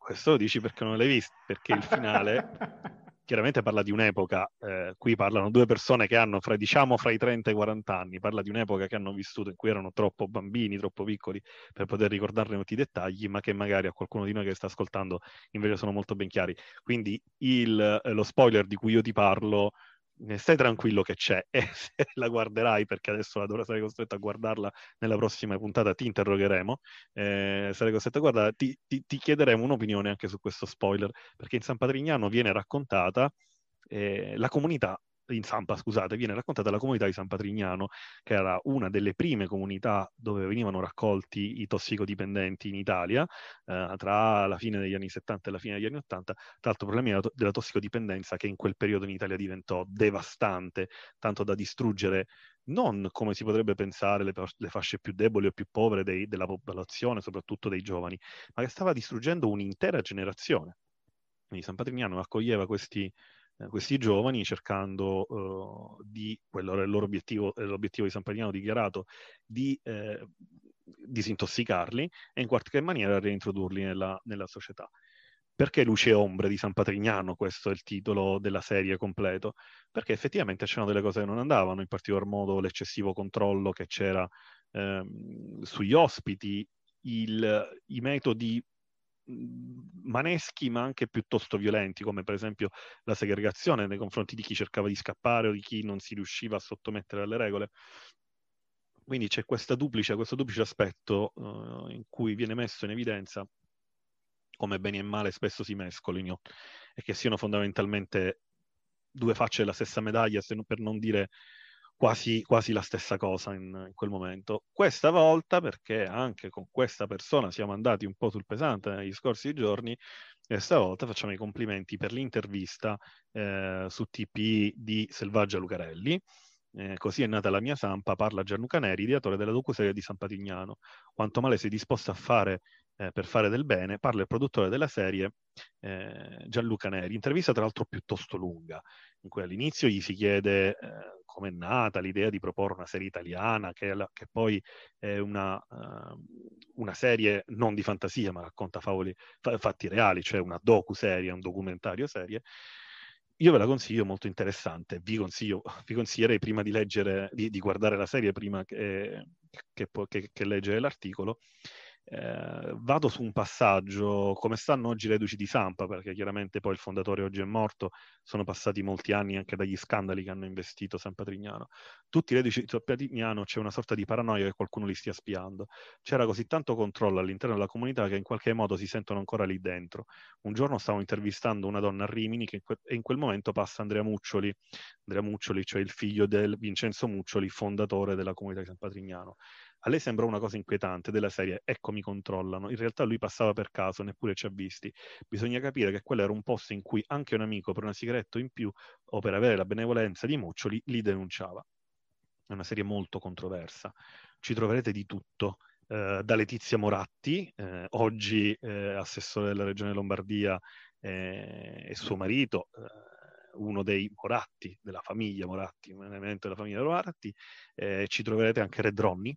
perché il finale chiaramente parla di un'epoca, qui parlano due persone che hanno fra i 30 e i 40 anni, parla di un'epoca che hanno vissuto in cui erano troppo bambini, troppo piccoli per poter ricordarne tutti i dettagli, ma che magari a qualcuno di noi che sta ascoltando invece sono molto ben chiari. Quindi lo spoiler di cui io ti parlo, stai tranquillo che c'è e se la guarderai, perché adesso sarai costretto a guardarla nella prossima puntata, ti interrogheremo, sarai costretto a guardare, ti chiederemo un'opinione anche su questo spoiler, perché in San Patrignano viene raccontata la comunità in Sampa, scusate, viene raccontata la comunità di San Patrignano, che era una delle prime comunità dove venivano raccolti i tossicodipendenti in Italia, tra la fine degli anni 70 e la fine degli anni 80. Tra l'altro, il problema della tossicodipendenza che in quel periodo in Italia diventò devastante, tanto da distruggere non, come si potrebbe pensare, le fasce più deboli o più povere della popolazione, soprattutto dei giovani, ma che stava distruggendo un'intera generazione. Quindi San Patrignano accoglieva questi giovani cercando quello era il loro obiettivo, l'obiettivo di San Patrignano dichiarato, di disintossicarli e in qualche maniera reintrodurli nella società. Perché Luce e Ombre di San Patrignano? Questo è il titolo della serie completo. Perché effettivamente c'erano delle cose che non andavano, in particolar modo l'eccessivo controllo che c'era sugli ospiti, i metodi maneschi ma anche piuttosto violenti, come per esempio la segregazione nei confronti di chi cercava di scappare o di chi non si riusciva a sottomettere alle regole. Quindi c'è questo duplice aspetto in cui viene messo in evidenza come bene e male spesso si mescolino e che siano fondamentalmente due facce della stessa medaglia, per non dire quasi la stessa cosa in quel momento. Questa volta, perché anche con questa persona siamo andati un po' sul pesante negli scorsi giorni, e stavolta facciamo i complimenti per l'intervista su TP di Selvaggia Lucarelli. Così è nata la mia Sampa, parla Gianluca Neri, ideatore della docuserie di San Patrignano. Quanto male sei disposto a fare per fare del bene, parla il produttore della serie Gianluca Neri. Intervista tra l'altro piuttosto lunga, in cui all'inizio gli si chiede come è nata l'idea di proporre una serie italiana, che poi è una serie non di fantasia, ma racconta fatti reali, cioè una docu-serie, un documentario serie. Io ve la consiglio, molto interessante. Vi consiglierei prima di leggere, di guardare la serie prima che leggere l'articolo. Vado su un passaggio, come stanno oggi le reduci di Sampa, perché chiaramente poi il fondatore oggi è morto, sono passati molti anni anche dagli scandali che hanno investito San Patrignano. Tutti i reduci di San Patrignano c'è una sorta di paranoia che qualcuno li stia spiando. C'era così tanto controllo all'interno della comunità che in qualche modo si sentono ancora lì dentro. Un giorno stavo intervistando una donna a Rimini e in quel momento passa Andrea Muccioli, cioè il figlio del Vincenzo Muccioli, fondatore della comunità di San Patrignano. A lei sembra una cosa inquietante della serie, ecco mi controllano. In realtà lui passava per caso, neppure ci ha visti. Bisogna capire che quello era un posto in cui anche un amico per una sigaretta in più o per avere la benevolenza di Muccioli li denunciava. È una serie molto controversa. Ci troverete di tutto. Da Letizia Moratti, oggi assessore della Regione Lombardia, e suo marito, uno dei Moratti, della famiglia Moratti, un elemento della famiglia Moratti. Ci troverete anche Red Ronnie,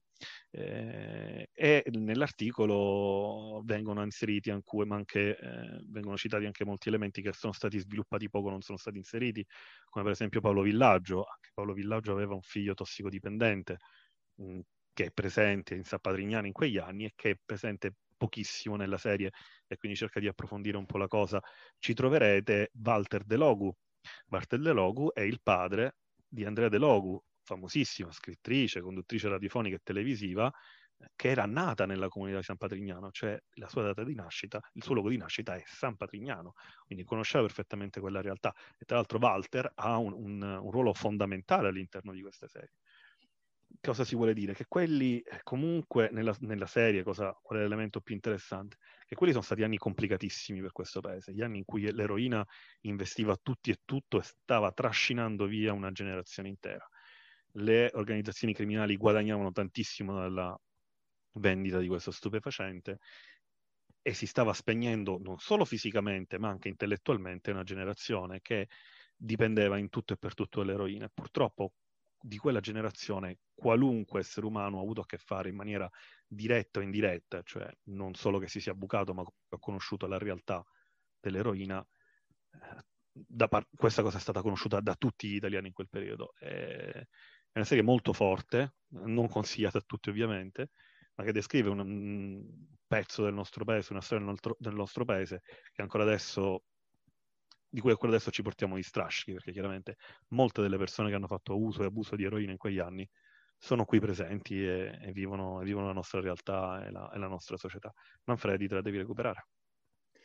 e nell'articolo vengono inseriti vengono citati anche molti elementi che sono stati sviluppati poco, non sono stati inseriti, come per esempio Paolo Villaggio. Anche Paolo Villaggio aveva un figlio tossicodipendente che è presente in San Patrignano in quegli anni e che è presente pochissimo nella serie, e quindi cerca di approfondire un po' la cosa. Ci troverete Walter De Logu. Walter De Logu è il padre di Andrea De Logu, famosissima scrittrice, conduttrice radiofonica e televisiva, che era nata nella comunità di San Patrignano, cioè la sua data di nascita, il suo luogo di nascita è San Patrignano, quindi conosceva perfettamente quella realtà. E tra l'altro Walter ha un ruolo fondamentale all'interno di queste serie. Cosa si vuole dire? Che quelli comunque nella serie, qual è l'elemento più interessante? Che quelli sono stati anni complicatissimi per questo paese, gli anni in cui l'eroina investiva tutti e tutto e stava trascinando via una generazione intera. Le organizzazioni criminali guadagnavano tantissimo dalla vendita di questo stupefacente e si stava spegnendo non solo fisicamente ma anche intellettualmente una generazione che dipendeva in tutto e per tutto dall'eroina. Purtroppo di quella generazione qualunque essere umano ha avuto a che fare in maniera diretta o indiretta, cioè non solo che si sia bucato ma ha conosciuto la realtà dell'eroina. Questa cosa è stata conosciuta da tutti gli italiani in quel periodo. È una serie molto forte, non consigliata a tutti ovviamente, ma che descrive un pezzo del nostro paese, una storia del nostro paese che ancora adesso, di cui ancora adesso ci portiamo gli strascichi, perché chiaramente molte delle persone che hanno fatto uso e abuso di eroina in quegli anni sono qui presenti e vivono la nostra realtà e la nostra società. Manfredi, te la devi recuperare.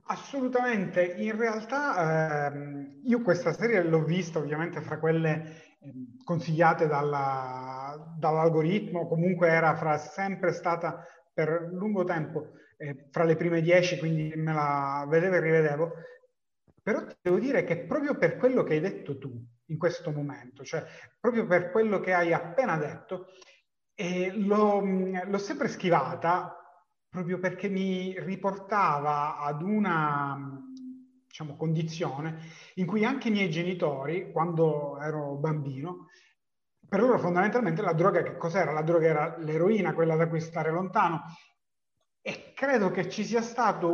Assolutamente, in realtà io questa serie l'ho vista ovviamente fra quelle consigliate dall'algoritmo, comunque era sempre stata per lungo tempo fra le prime 10, quindi me la vedevo e rivedevo, però ti devo dire che proprio per quello che hai detto tu in questo momento, cioè proprio per quello che hai appena detto, l'ho sempre schivata proprio perché mi riportava ad una, diciamo, condizione in cui anche i miei genitori, quando ero bambino, per loro fondamentalmente la droga che cos'era? La droga era l'eroina, quella da cui stare lontano. E credo che ci sia stato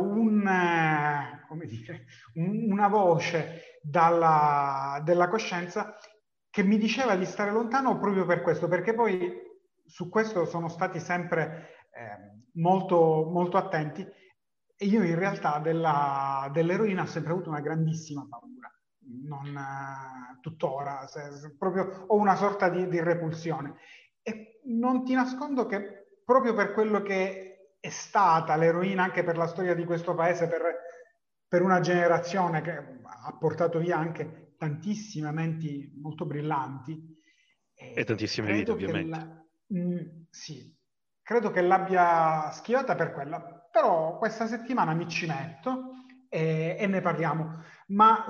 come dire, una voce della coscienza che mi diceva di stare lontano proprio per questo, perché poi su questo sono stati sempre molto, molto attenti e io in realtà dell'eroina ho sempre avuto una grandissima paura, non tuttora, proprio ho una sorta di repulsione. E non ti nascondo che proprio per quello che è stata l'eroina anche per la storia di questo paese, per una generazione che ha portato via anche tantissime menti molto brillanti, E tantissime vite, credo che ovviamente. sì, credo che l'abbia schivata per quella. Però questa settimana mi ci metto e ne parliamo. Ma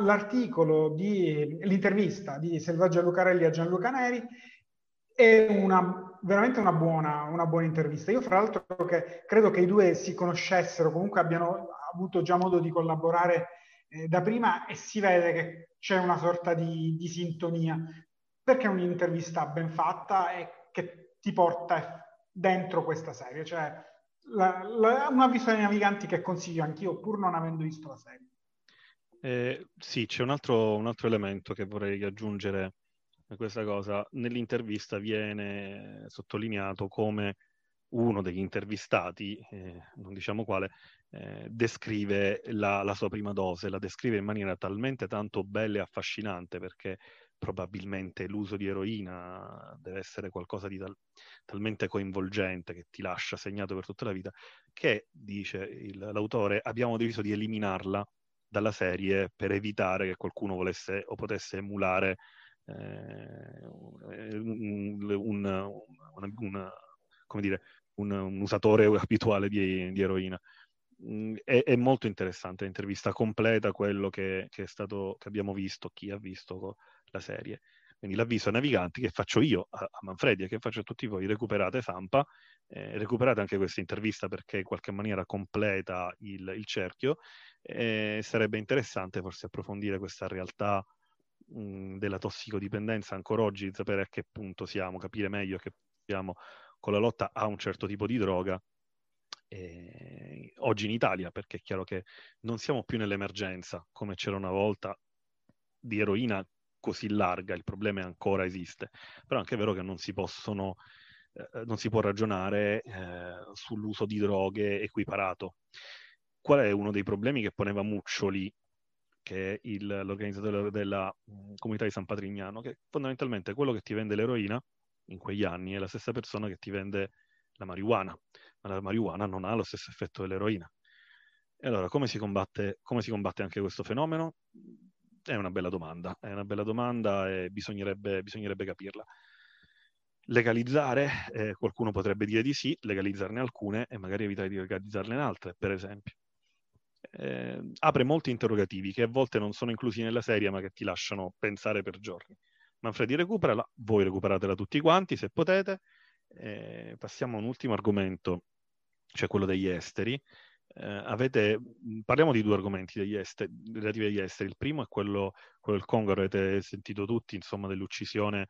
l'intervista di Selvaggia Lucarelli a Gianluca Neri è veramente una buona intervista. Io, fra l'altro, credo che i due si conoscessero, comunque abbiano avuto già modo di collaborare da prima e si vede che c'è una sorta di sintonia, perché è un'intervista ben fatta e che ti porta dentro questa serie. Cioè, un avviso ai naviganti che consiglio anch'io, pur non avendo visto la serie. Sì, c'è un altro elemento che vorrei aggiungere a questa cosa. Nell'intervista viene sottolineato come uno degli intervistati, non diciamo quale, descrive la sua prima dose, la descrive in maniera talmente tanto bella e affascinante, perché probabilmente l'uso di eroina deve essere qualcosa di talmente coinvolgente che ti lascia segnato per tutta la vita, che, dice l'autore, abbiamo deciso di eliminarla dalla serie per evitare che qualcuno volesse o potesse emulare come dire, un usatore abituale di eroina. È molto interessante l'intervista, completa quello che abbiamo visto, chi ha visto la serie. Quindi l'avviso ai naviganti che faccio io a Manfredi e che faccio a tutti voi: recuperate Sampa, recuperate anche questa intervista perché in qualche maniera completa il cerchio. Sarebbe interessante forse approfondire questa realtà della tossicodipendenza ancora oggi, sapere a che punto siamo, capire meglio a che punto siamo con la lotta a un certo tipo di droga oggi in Italia, perché è chiaro che non siamo più nell'emergenza come c'era una volta di eroina così larga, il problema ancora esiste, però anche è vero che non si può ragionare sull'uso di droghe equiparato. Qual è uno dei problemi che poneva Muccioli, che è l'organizzatore della comunità di San Patrignano, che fondamentalmente quello che ti vende l'eroina in quegli anni è la stessa persona che ti vende la marijuana, ma la marijuana non ha lo stesso effetto dell'eroina. E allora come si combatte anche questo fenomeno? È una bella domanda e bisognerebbe capirla. Legalizzare, qualcuno potrebbe dire di sì, legalizzarne alcune e magari evitare di legalizzarne altre, per esempio. Apre molti interrogativi che a volte non sono inclusi nella serie, ma che ti lasciano pensare per giorni. Manfredi, recuperala, voi recuperatela tutti quanti se potete. Passiamo a un ultimo argomento, cioè quello degli esteri. Parliamo di due argomenti relativi agli esteri. Il primo è quello del Congo. Avete sentito tutti, insomma, dell'uccisione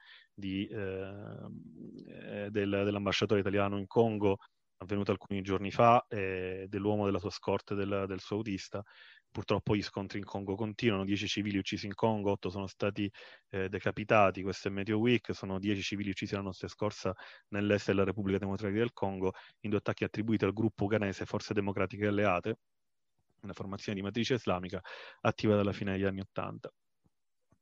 dell'ambasciatore italiano in Congo, avvenuta alcuni giorni fa, dell'uomo della sua scorta e del suo autista. Purtroppo gli scontri in Congo continuano, 10 civili uccisi in Congo, 8 sono stati decapitati. Questo è Meteo Week, sono 10 civili uccisi la notte scorsa nell'est della Repubblica Democratica del Congo, in due attacchi attribuiti al gruppo uganese Forze Democratiche Alleate, una formazione di matrice islamica attiva dalla fine degli anni '80.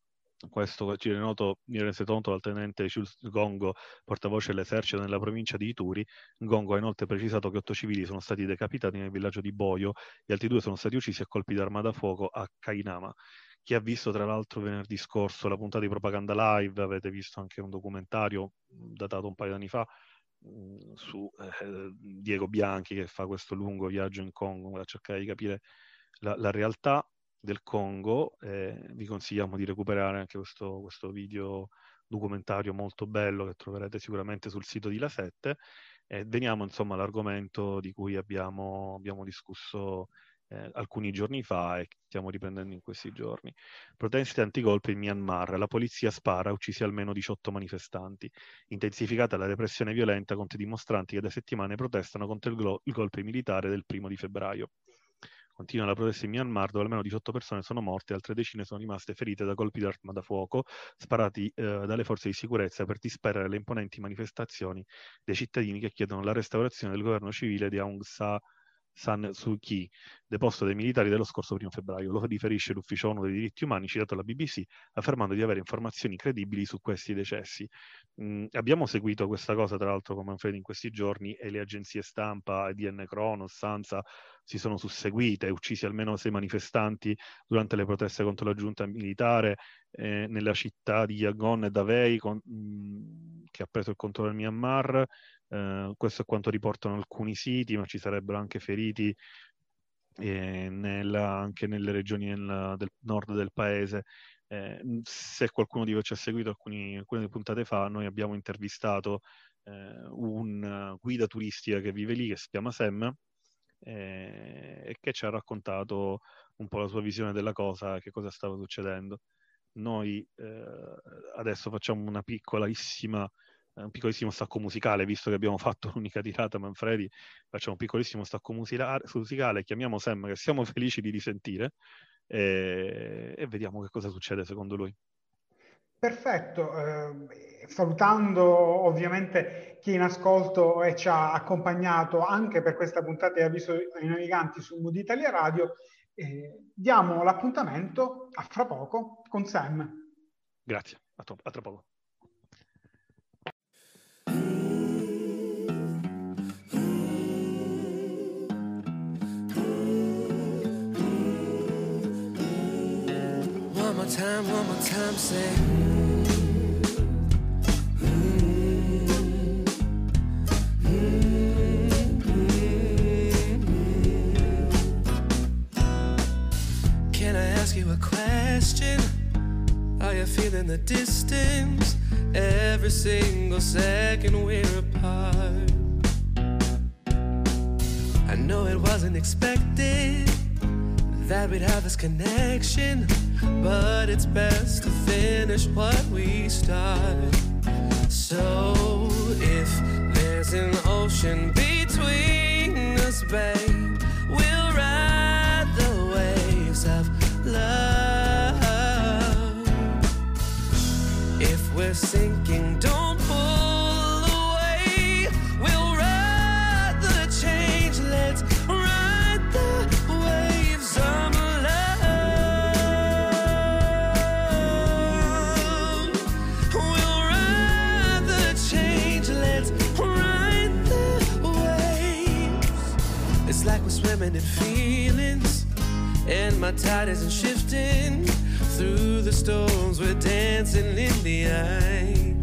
Questo ci viene rese noto dal tenente Jules Ngongo, portavoce dell'esercito nella provincia di Ituri. Ngongo ha inoltre precisato che 8 civili sono stati decapitati nel villaggio di Boyo e altri 2 sono stati uccisi a colpi d'arma da fuoco a Kainama. Chi ha visto tra l'altro venerdì scorso la puntata di Propaganda Live, avete visto anche un documentario datato un paio di anni fa su Diego Bianchi, che fa questo lungo viaggio in Congo a cercare di capire la realtà del Congo. Vi consigliamo di recuperare anche questo video documentario molto bello che troverete sicuramente sul sito di La 7. Veniamo insomma all'argomento di cui abbiamo discusso alcuni giorni fa e che stiamo riprendendo in questi giorni. Proteste antigolpe in Myanmar. La polizia spara, uccisi almeno 18 manifestanti. Intensificata la repressione violenta contro i dimostranti che da settimane protestano contro il golpe militare del 1 febbraio. Continua la protesta in Myanmar, dove almeno 18 persone sono morte e altre decine sono rimaste ferite da colpi d'arma da fuoco sparati dalle forze di sicurezza per disperare le imponenti manifestazioni dei cittadini che chiedono la restaurazione del governo civile di Aung San Suu Kyi, deposto dai militari dello scorso 1 febbraio. Lo riferisce l'ufficio ONU dei diritti umani citato alla BBC, affermando di avere informazioni credibili su questi decessi. Abbiamo seguito questa cosa tra l'altro come Manfredi in questi giorni, e le agenzie stampa, EDN Kronos, Sansa, si sono susseguite, uccisi almeno 6 manifestanti durante le proteste contro la giunta militare nella città di Yangon e Davei, che ha preso il controllo del Myanmar. Questo è quanto riportano alcuni siti, ma ci sarebbero anche feriti anche nelle regioni del nord del paese. Se qualcuno di voi ci ha seguito alcune puntate fa, noi abbiamo intervistato un guida turistica che vive lì, che si chiama Sam, e che ci ha raccontato un po' la sua visione della cosa, che cosa stava succedendo. Noi adesso facciamo un piccolissimo stacco musicale, visto che abbiamo fatto l'unica tirata Manfredi, facciamo un piccolissimo stacco musicale, chiamiamo Sam, che siamo felici di risentire, e vediamo che cosa succede secondo lui. Perfetto, salutando ovviamente chi è in ascolto e ci ha accompagnato anche per questa puntata di Avviso ai naviganti su Mood Italia Radio, diamo l'appuntamento a fra poco con Sam. Grazie, a tra poco. One more time, say Can I ask you a question? Are you feeling the distance? Every single second we're apart. I know it wasn't expected that we'd have this connection, but it's best to finish what we started. So if there's an ocean between us, babe, we'll ride the waves of love. If we're sinking, don't pull away. We'll ride the change, let's ride the waves of love. We'll ride the change, let's ride the waves. It's like we're swimming in feelings, and my tide isn't shifting. Through the storms we're dancing in the eye,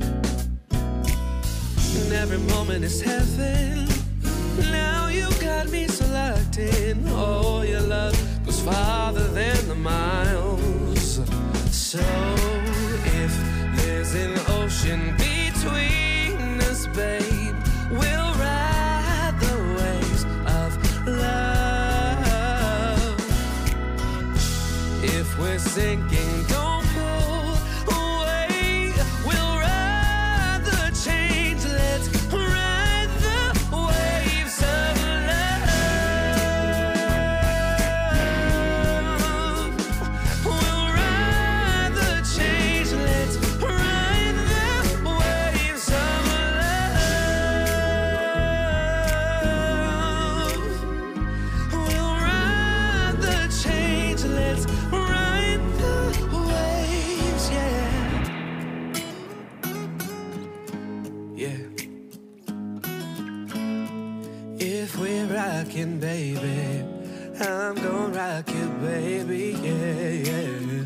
and every moment is heaven. Now you got me so locked in. Oh, your love goes farther than the miles. So if there's an ocean between us, babe, we'll ride the waves of love. If we're sinking, don't pull away. We'll ride the change, let's ride the waves of love. We'll ride the change, let's ride the waves of love. We'll ride the change, let's ride the rockin', baby. I'm gonna rock you, baby, yeah, yeah.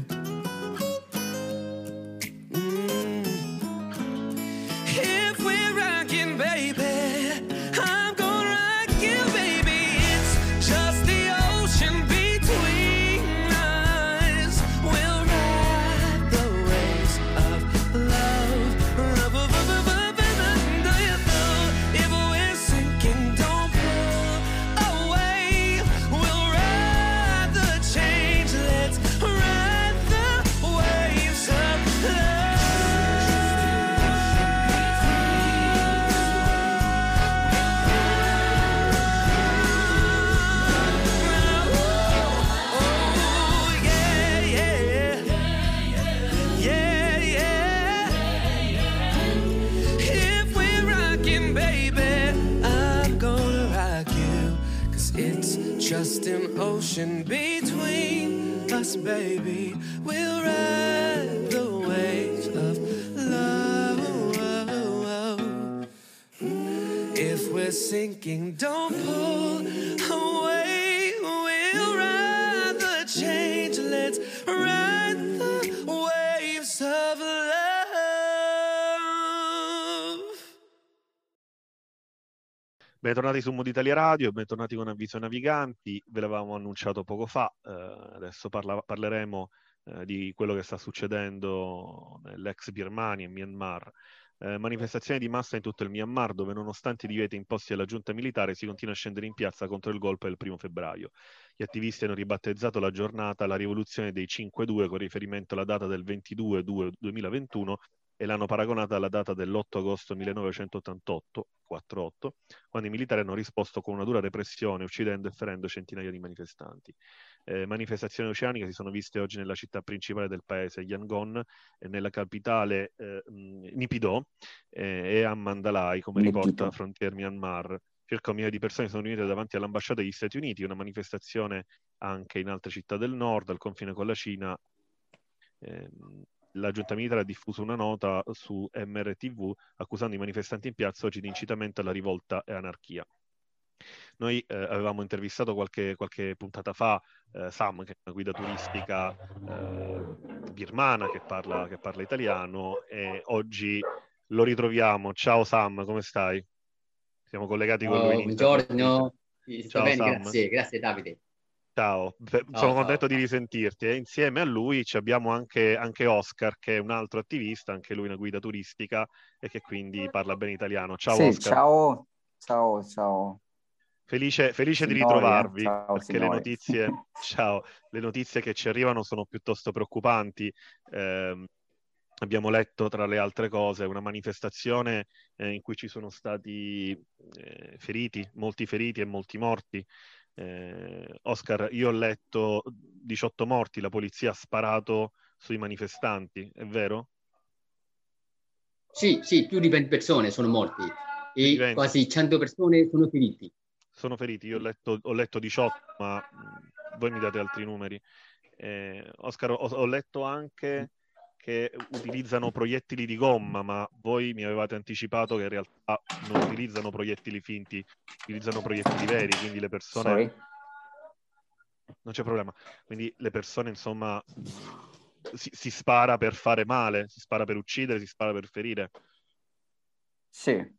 If we're rockin', baby, I'm gonna rock you, baby. It's just the ocean between us. We'll ride the waves of love. If we're sinking, don't pull away. We'll ride the change. Let's ride the waves of love. Oh, yeah, yeah. Yeah, yeah. If we're rockin', baby, I'm gonna rock you. 'Cause it's just an ocean between us, baby. We'll ride the waves of love. If we're sinking, don't pull away. We'll ride the change. Let's ride the waves of love. Bentornati su Mood Italia Radio, bentornati con Avviso Naviganti. Ve l'avevamo annunciato poco fa, adesso parleremo di quello che sta succedendo nell'ex Birmania, in Myanmar. Manifestazioni di massa in tutto il Myanmar, dove nonostante i divieti imposti dalla giunta militare si continua a scendere in piazza contro il golpe del 1 febbraio. Gli attivisti hanno ribattezzato la giornata la rivoluzione dei 5-2 con riferimento alla data del 22/2/2021 e l'hanno paragonata alla data dell'8 agosto 1988, 4-8, quando i militari hanno risposto con una dura repressione, uccidendo e ferendo centinaia di manifestanti. Manifestazioni oceaniche si sono viste oggi nella città principale del paese, Yangon, e nella capitale Naypyidaw e a Mandalay, come riporta Frontier Myanmar. Circa 1 milione di persone sono riunite davanti all'ambasciata degli Stati Uniti, una manifestazione anche in altre città del nord, al confine con la Cina. La giunta militare ha diffuso una nota su MRTV accusando i manifestanti in piazza oggi di incitamento alla rivolta e anarchia. Noi avevamo intervistato qualche puntata fa Sam, che è una guida turistica birmana che parla italiano, e oggi lo ritroviamo. Ciao Sam, come stai? Siamo collegati con lui in internet. Buongiorno, sto Ciao, bene, Sam. grazie Davide. Ciao, sono contento di risentirti, e insieme a lui ci abbiamo anche Oscar, che è un altro attivista, anche lui una guida turistica e che quindi parla bene italiano. Ciao, Sì, Oscar. ciao. Felice di Signori, ritrovarvi, ciao, perché signori. le notizie che ci arrivano sono piuttosto preoccupanti. Abbiamo letto, tra le altre cose, una manifestazione in cui ci sono stati molti feriti e molti morti. Oscar, io ho letto 18 morti, la polizia ha sparato sui manifestanti, è vero? Sì, più di 20 persone sono morti e quasi 100 persone sono feriti. Sono feriti, io ho letto 18, ma voi mi date altri numeri. Oscar, ho letto anche che utilizzano proiettili di gomma, ma voi mi avevate anticipato che in realtà non utilizzano proiettili finti, utilizzano proiettili veri, quindi le persone... Sorry. Non c'è problema. Quindi le persone, insomma, si spara per fare male, si spara per uccidere, si spara per ferire. Sì.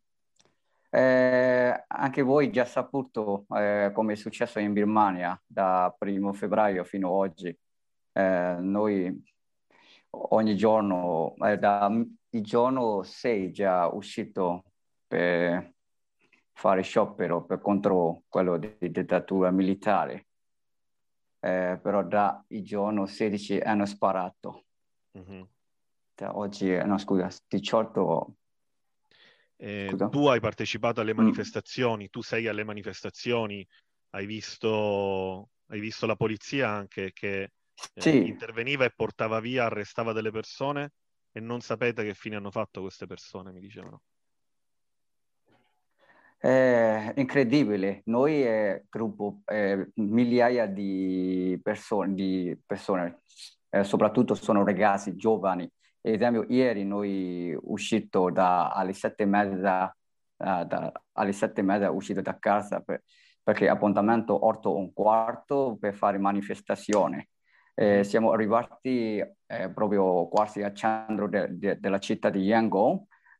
Anche voi già saputo come è successo in Birmania da 1 febbraio fino ad oggi. Noi ogni giorno, il giorno 6 già uscito per fare sciopero contro quello di dittatura militare. Però da il giorno 16 hanno sparato. Mm-hmm. Oggi, no scusa, 18... Tu hai partecipato alle manifestazioni, tu sei alle manifestazioni, hai visto la polizia anche che sì. Interveniva e portava via, arrestava delle persone, e non sapete che fine hanno fatto queste persone, mi dicevano. Incredibile, noi gruppo migliaia di persone soprattutto sono ragazzi giovani. Ad esempio, ieri noi alle 7:30 uscito da casa perché appuntamento 8:15 per fare manifestazione. Siamo arrivati proprio quasi al centro della città di Yangon.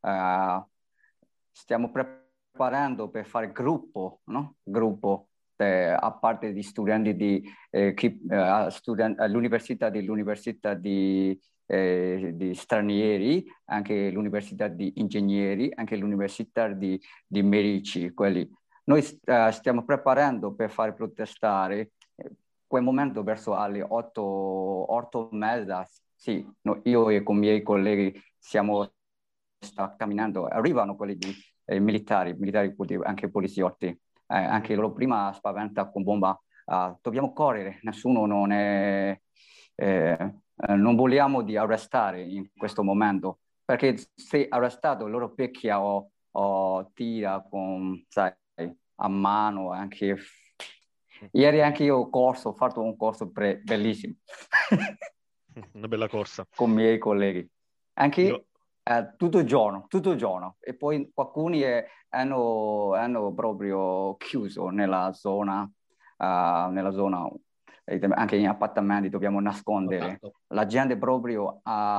Stiamo preparando per fare gruppo, no? Gruppo a parte di studenti all'università di stranieri, anche l'università di ingegneri, anche l'università di medici, quelli. Noi stiamo preparando per fare protestare quel momento verso alle 8:30. Sì, io e con i miei colleghi sta camminando, arrivano quelli militari, anche poliziotti. Anche loro prima spaventa con bomba. Dobbiamo correre, nessuno non vogliamo di arrestare in questo momento, perché se arrestato loro picchia o tira con, sai, a mano. Anche ieri anche io ho fatto un corso bellissimo. Una bella corsa. Con i miei colleghi. Anche tutto il giorno. E poi alcuni hanno proprio chiuso nella zona, anche in appartamenti dobbiamo nascondere. La gente proprio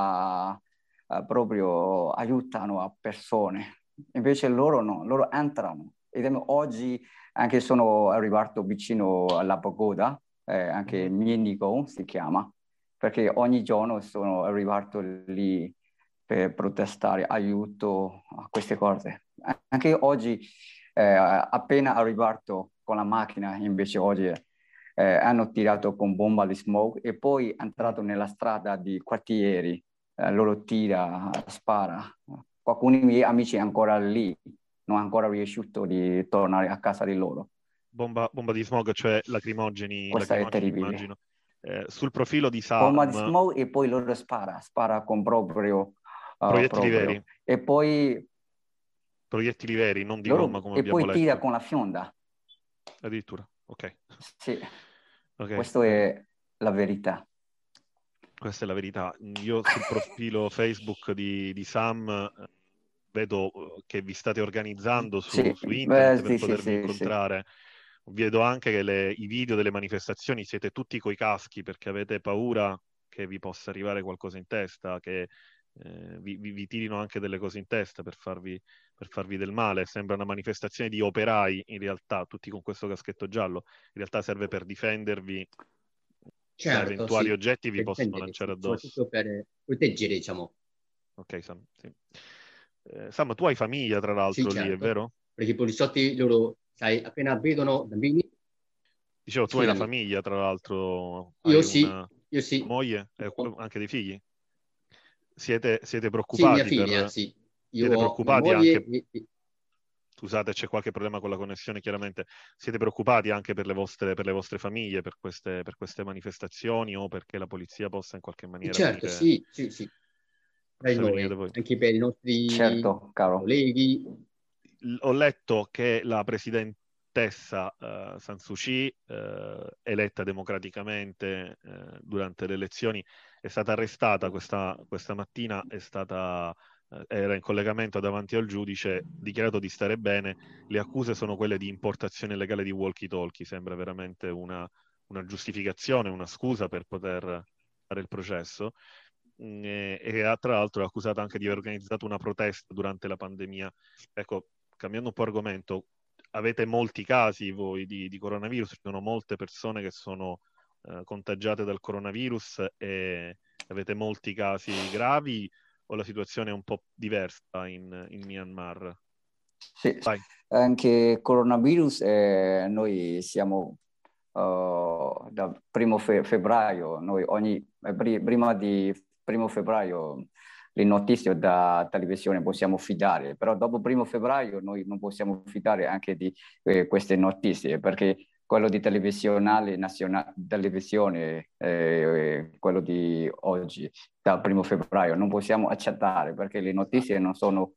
aiutano a persone. Invece loro no, loro entrano. Oggi anche sono arrivato vicino alla pagoda, anche Mienigo si chiama, perché ogni giorno sono arrivato lì per protestare aiuto a queste cose. Anche oggi, appena arrivato con la macchina, invece oggi hanno tirato con bomba di smoke e poi entrato nella strada di quartieri, loro spara. Alcuni miei amici ancora lì, non ancora riuscito di tornare a casa di loro. Bomba di smog, cioè lacrimogeni. Questa è terribile. Immagino. Sul profilo di Sam... Bomba di smog e poi loro spara con proprio... proiettili veri. E poi... Proiettili veri, non di gomma come abbiamo letto. E poi tira con la fionda. Addirittura, ok. Sì, okay. Questa è la verità. Questa è la verità. Io sul profilo Facebook di Sam vedo che vi state organizzando su internet per potervi incontrare. Vedo anche che i video delle manifestazioni siete tutti coi caschi perché avete paura che vi possa arrivare qualcosa in testa, che vi tirino anche delle cose in testa per farvi del male. Sembra una manifestazione di operai, in realtà, tutti con questo caschetto giallo. In realtà serve per difendervi da eventuali oggetti vi possono lanciare addosso. Soprattutto per proteggere, diciamo. Ok, Sam. Sì. Sam, tu hai famiglia, tra l'altro, lì, è vero? Perché i poliziotti, loro, sai, appena vedono bambini... Dicevo, tu hai una famiglia, tra l'altro. Io sì. Una moglie e anche dei figli? Siete preoccupati? Sì, mia figlia, sì. Siete preoccupati anche... Scusate, c'è qualche problema con la connessione, chiaramente. Siete preoccupati anche per le vostre famiglie, per queste manifestazioni o perché la polizia possa in qualche maniera... Certo, sì. Anche per i nostri colleghi. Ho letto che la presidentessa San Suu Kyi, eletta democraticamente durante le elezioni, è stata arrestata questa mattina, era in collegamento davanti al giudice, dichiarato di stare bene. Le accuse sono quelle di importazione illegale di walkie-talkie. Sembra veramente una giustificazione, una scusa per poter fare il processo. E tra l'altro è accusata anche di aver organizzato una protesta durante la pandemia. Ecco, cambiando un po' argomento, avete molti casi voi di coronavirus? Ci sono molte persone che sono contagiate dal coronavirus e avete molti casi gravi o la situazione è un po' diversa in Myanmar? Sì, anche coronavirus noi siamo da 1° febbraio, noi prima di 1° febbraio le notizie da televisione possiamo fidare, però dopo 1° febbraio noi non possiamo fidare anche di queste notizie, perché quello di televisione nazionale, quello di oggi, da 1° febbraio, non possiamo accettare perché le notizie non sono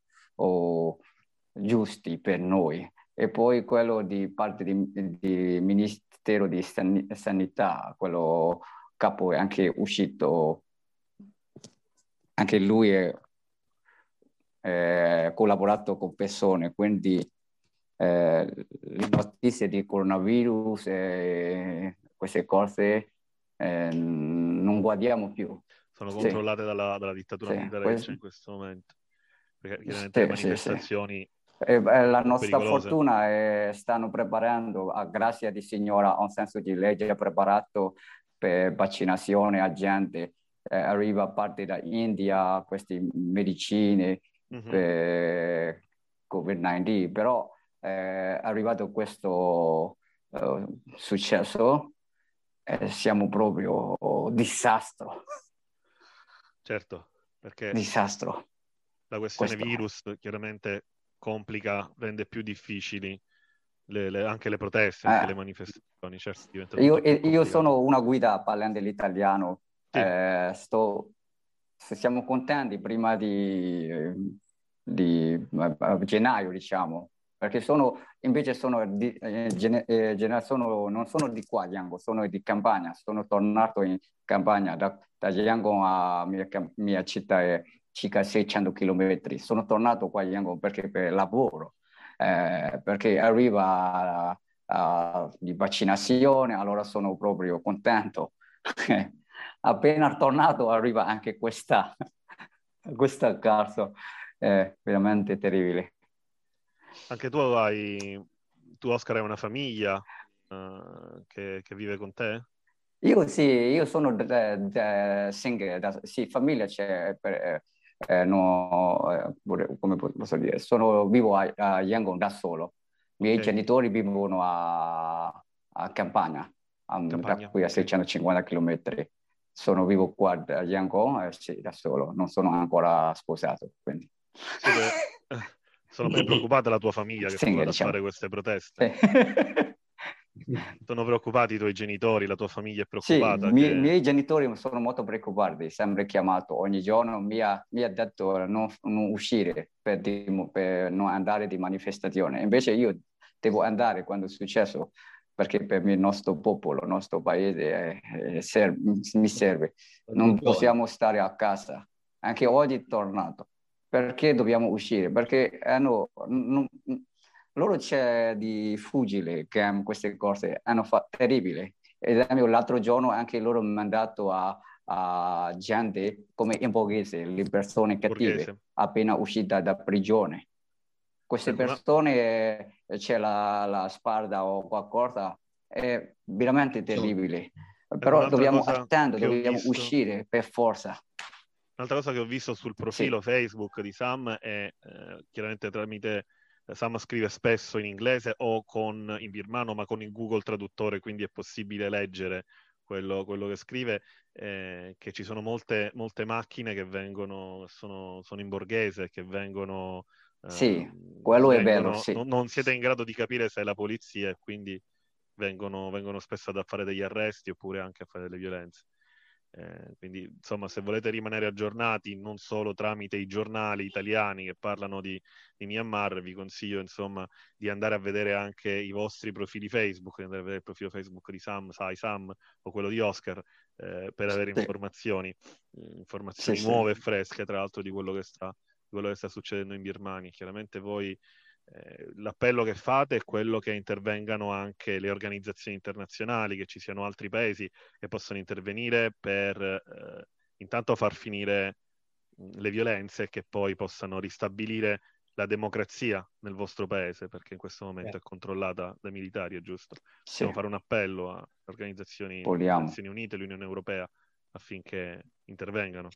giusti per noi. E poi quello di parte di Ministero di Sanità, quello capo è anche uscito, anche lui ha collaborato con persone, quindi le notizie di coronavirus e queste cose non guardiamo più. Sono controllate dalla dittatura militare che c'è in questo momento. Perché chiaramente le manifestazioni... La nostra fortuna è stanno preparando, a grazia di Signora Aung San Suu Kyi, lei ha preparato per vaccinazione a gente, arriva a parte da India, queste medicine per Covid-19, però è arrivato questo successo e siamo proprio disastro. Certo, perché disastro. La questione virus chiaramente complica, rende più difficili anche le proteste, anche le manifestazioni. Certo, io sono una guida parlante l'italiano. Sì. Siamo contenti prima di gennaio, diciamo, perché invece non sono di qua, Yangon, sono di campagna. Sono tornato in campagna da Yangon a mia città è circa 600 km. Sono tornato qua a Yangon perché per lavoro, perché arriva di vaccinazione, allora sono proprio contento. Appena tornato arriva anche questa caso, è veramente terribile. Anche tu Oscar, hai una famiglia che vive con te? Io sì, io sono single, sì, famiglia c'è, come posso dire, vivo a Yangon da solo. I miei genitori vivono a campagna, da qui a 650 km. Vivo qua a Yangon, sì, da solo, non sono ancora sposato. Quindi. Sono ben preoccupata la tua famiglia che sta a fare queste proteste. Sono preoccupati i tuoi genitori, la tua famiglia è preoccupata? Sì, i miei genitori sono molto preoccupati, sempre chiamato ogni giorno, mi ha detto non uscire per non andare di manifestazione. Invece io devo andare quando è successo, perché per il nostro popolo, il nostro paese mi serve. Non possiamo stare a casa. Anche oggi è tornato. Perché dobbiamo uscire? Perché loro c'è di fuggire, queste cose hanno fatto terribile. Ed l'altro giorno anche loro hanno mandato a gente come in borghese, le persone cattive, appena uscite da prigione. Queste persone, c'è la spada o qualcosa, è veramente terribile. Però dobbiamo attendere, dobbiamo uscire per forza. Un'altra cosa che ho visto sul profilo Facebook di Sam è chiaramente tramite... Sam scrive spesso in inglese o in birmano, ma con il Google Traduttore, quindi è possibile leggere quello che scrive, che ci sono molte macchine che sono in borghese, che vengono... sì, quello è vero, sì. Non siete in grado di capire se è la polizia e quindi vengono spesso a fare degli arresti oppure anche a fare delle violenze. Quindi insomma, se volete rimanere aggiornati non solo tramite i giornali italiani che parlano di Myanmar, vi consiglio insomma di andare a vedere anche i vostri profili Facebook, di andare a vedere il profilo Facebook di Sam o quello di Oscar, per avere informazioni nuove e fresche, tra l'altro, di quello che sta succedendo in Birmania. Chiaramente voi l'appello che fate è quello che intervengano anche le organizzazioni internazionali, che ci siano altri paesi che possono intervenire per intanto far finire le violenze e che poi possano ristabilire la democrazia nel vostro paese, perché in questo momento è controllata dai militari, è giusto? Possiamo fare un appello alle organizzazioni delle Nazioni Unite, l'Unione Europea, affinché intervengano.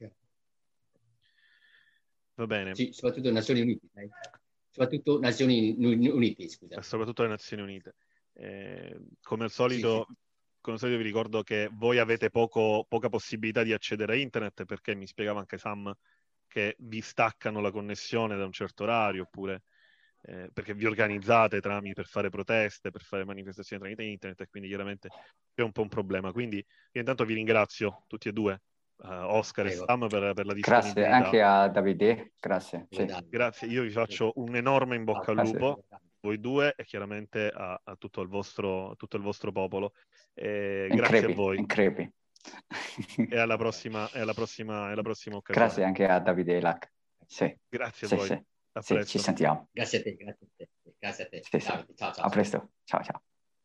Va bene. Sì, soprattutto le Nazioni Unite. Soprattutto Nazioni Unite, scusa. Soprattutto le Nazioni Unite. Come al solito vi ricordo che voi avete poca possibilità di accedere a internet, perché mi spiegava anche Sam che vi staccano la connessione da un certo orario, oppure perché vi organizzate per fare proteste, per fare manifestazioni tramite internet, e quindi chiaramente è un po' un problema. Quindi io intanto vi ringrazio tutti e due, Oscar e Sam, per la disponibilità. Grazie anche a Davide, grazie. Sì. Grazie, io vi faccio un enorme in bocca al lupo, voi due, e chiaramente a tutto il vostro popolo. Grazie a voi. E alla prossima occasione. Grazie anche a Davide Lac. Grazie a voi. Sì, ci sentiamo. Grazie a te. Grazie a te. Sì, sì. Ciao, ciao. A presto. Ciao, ciao.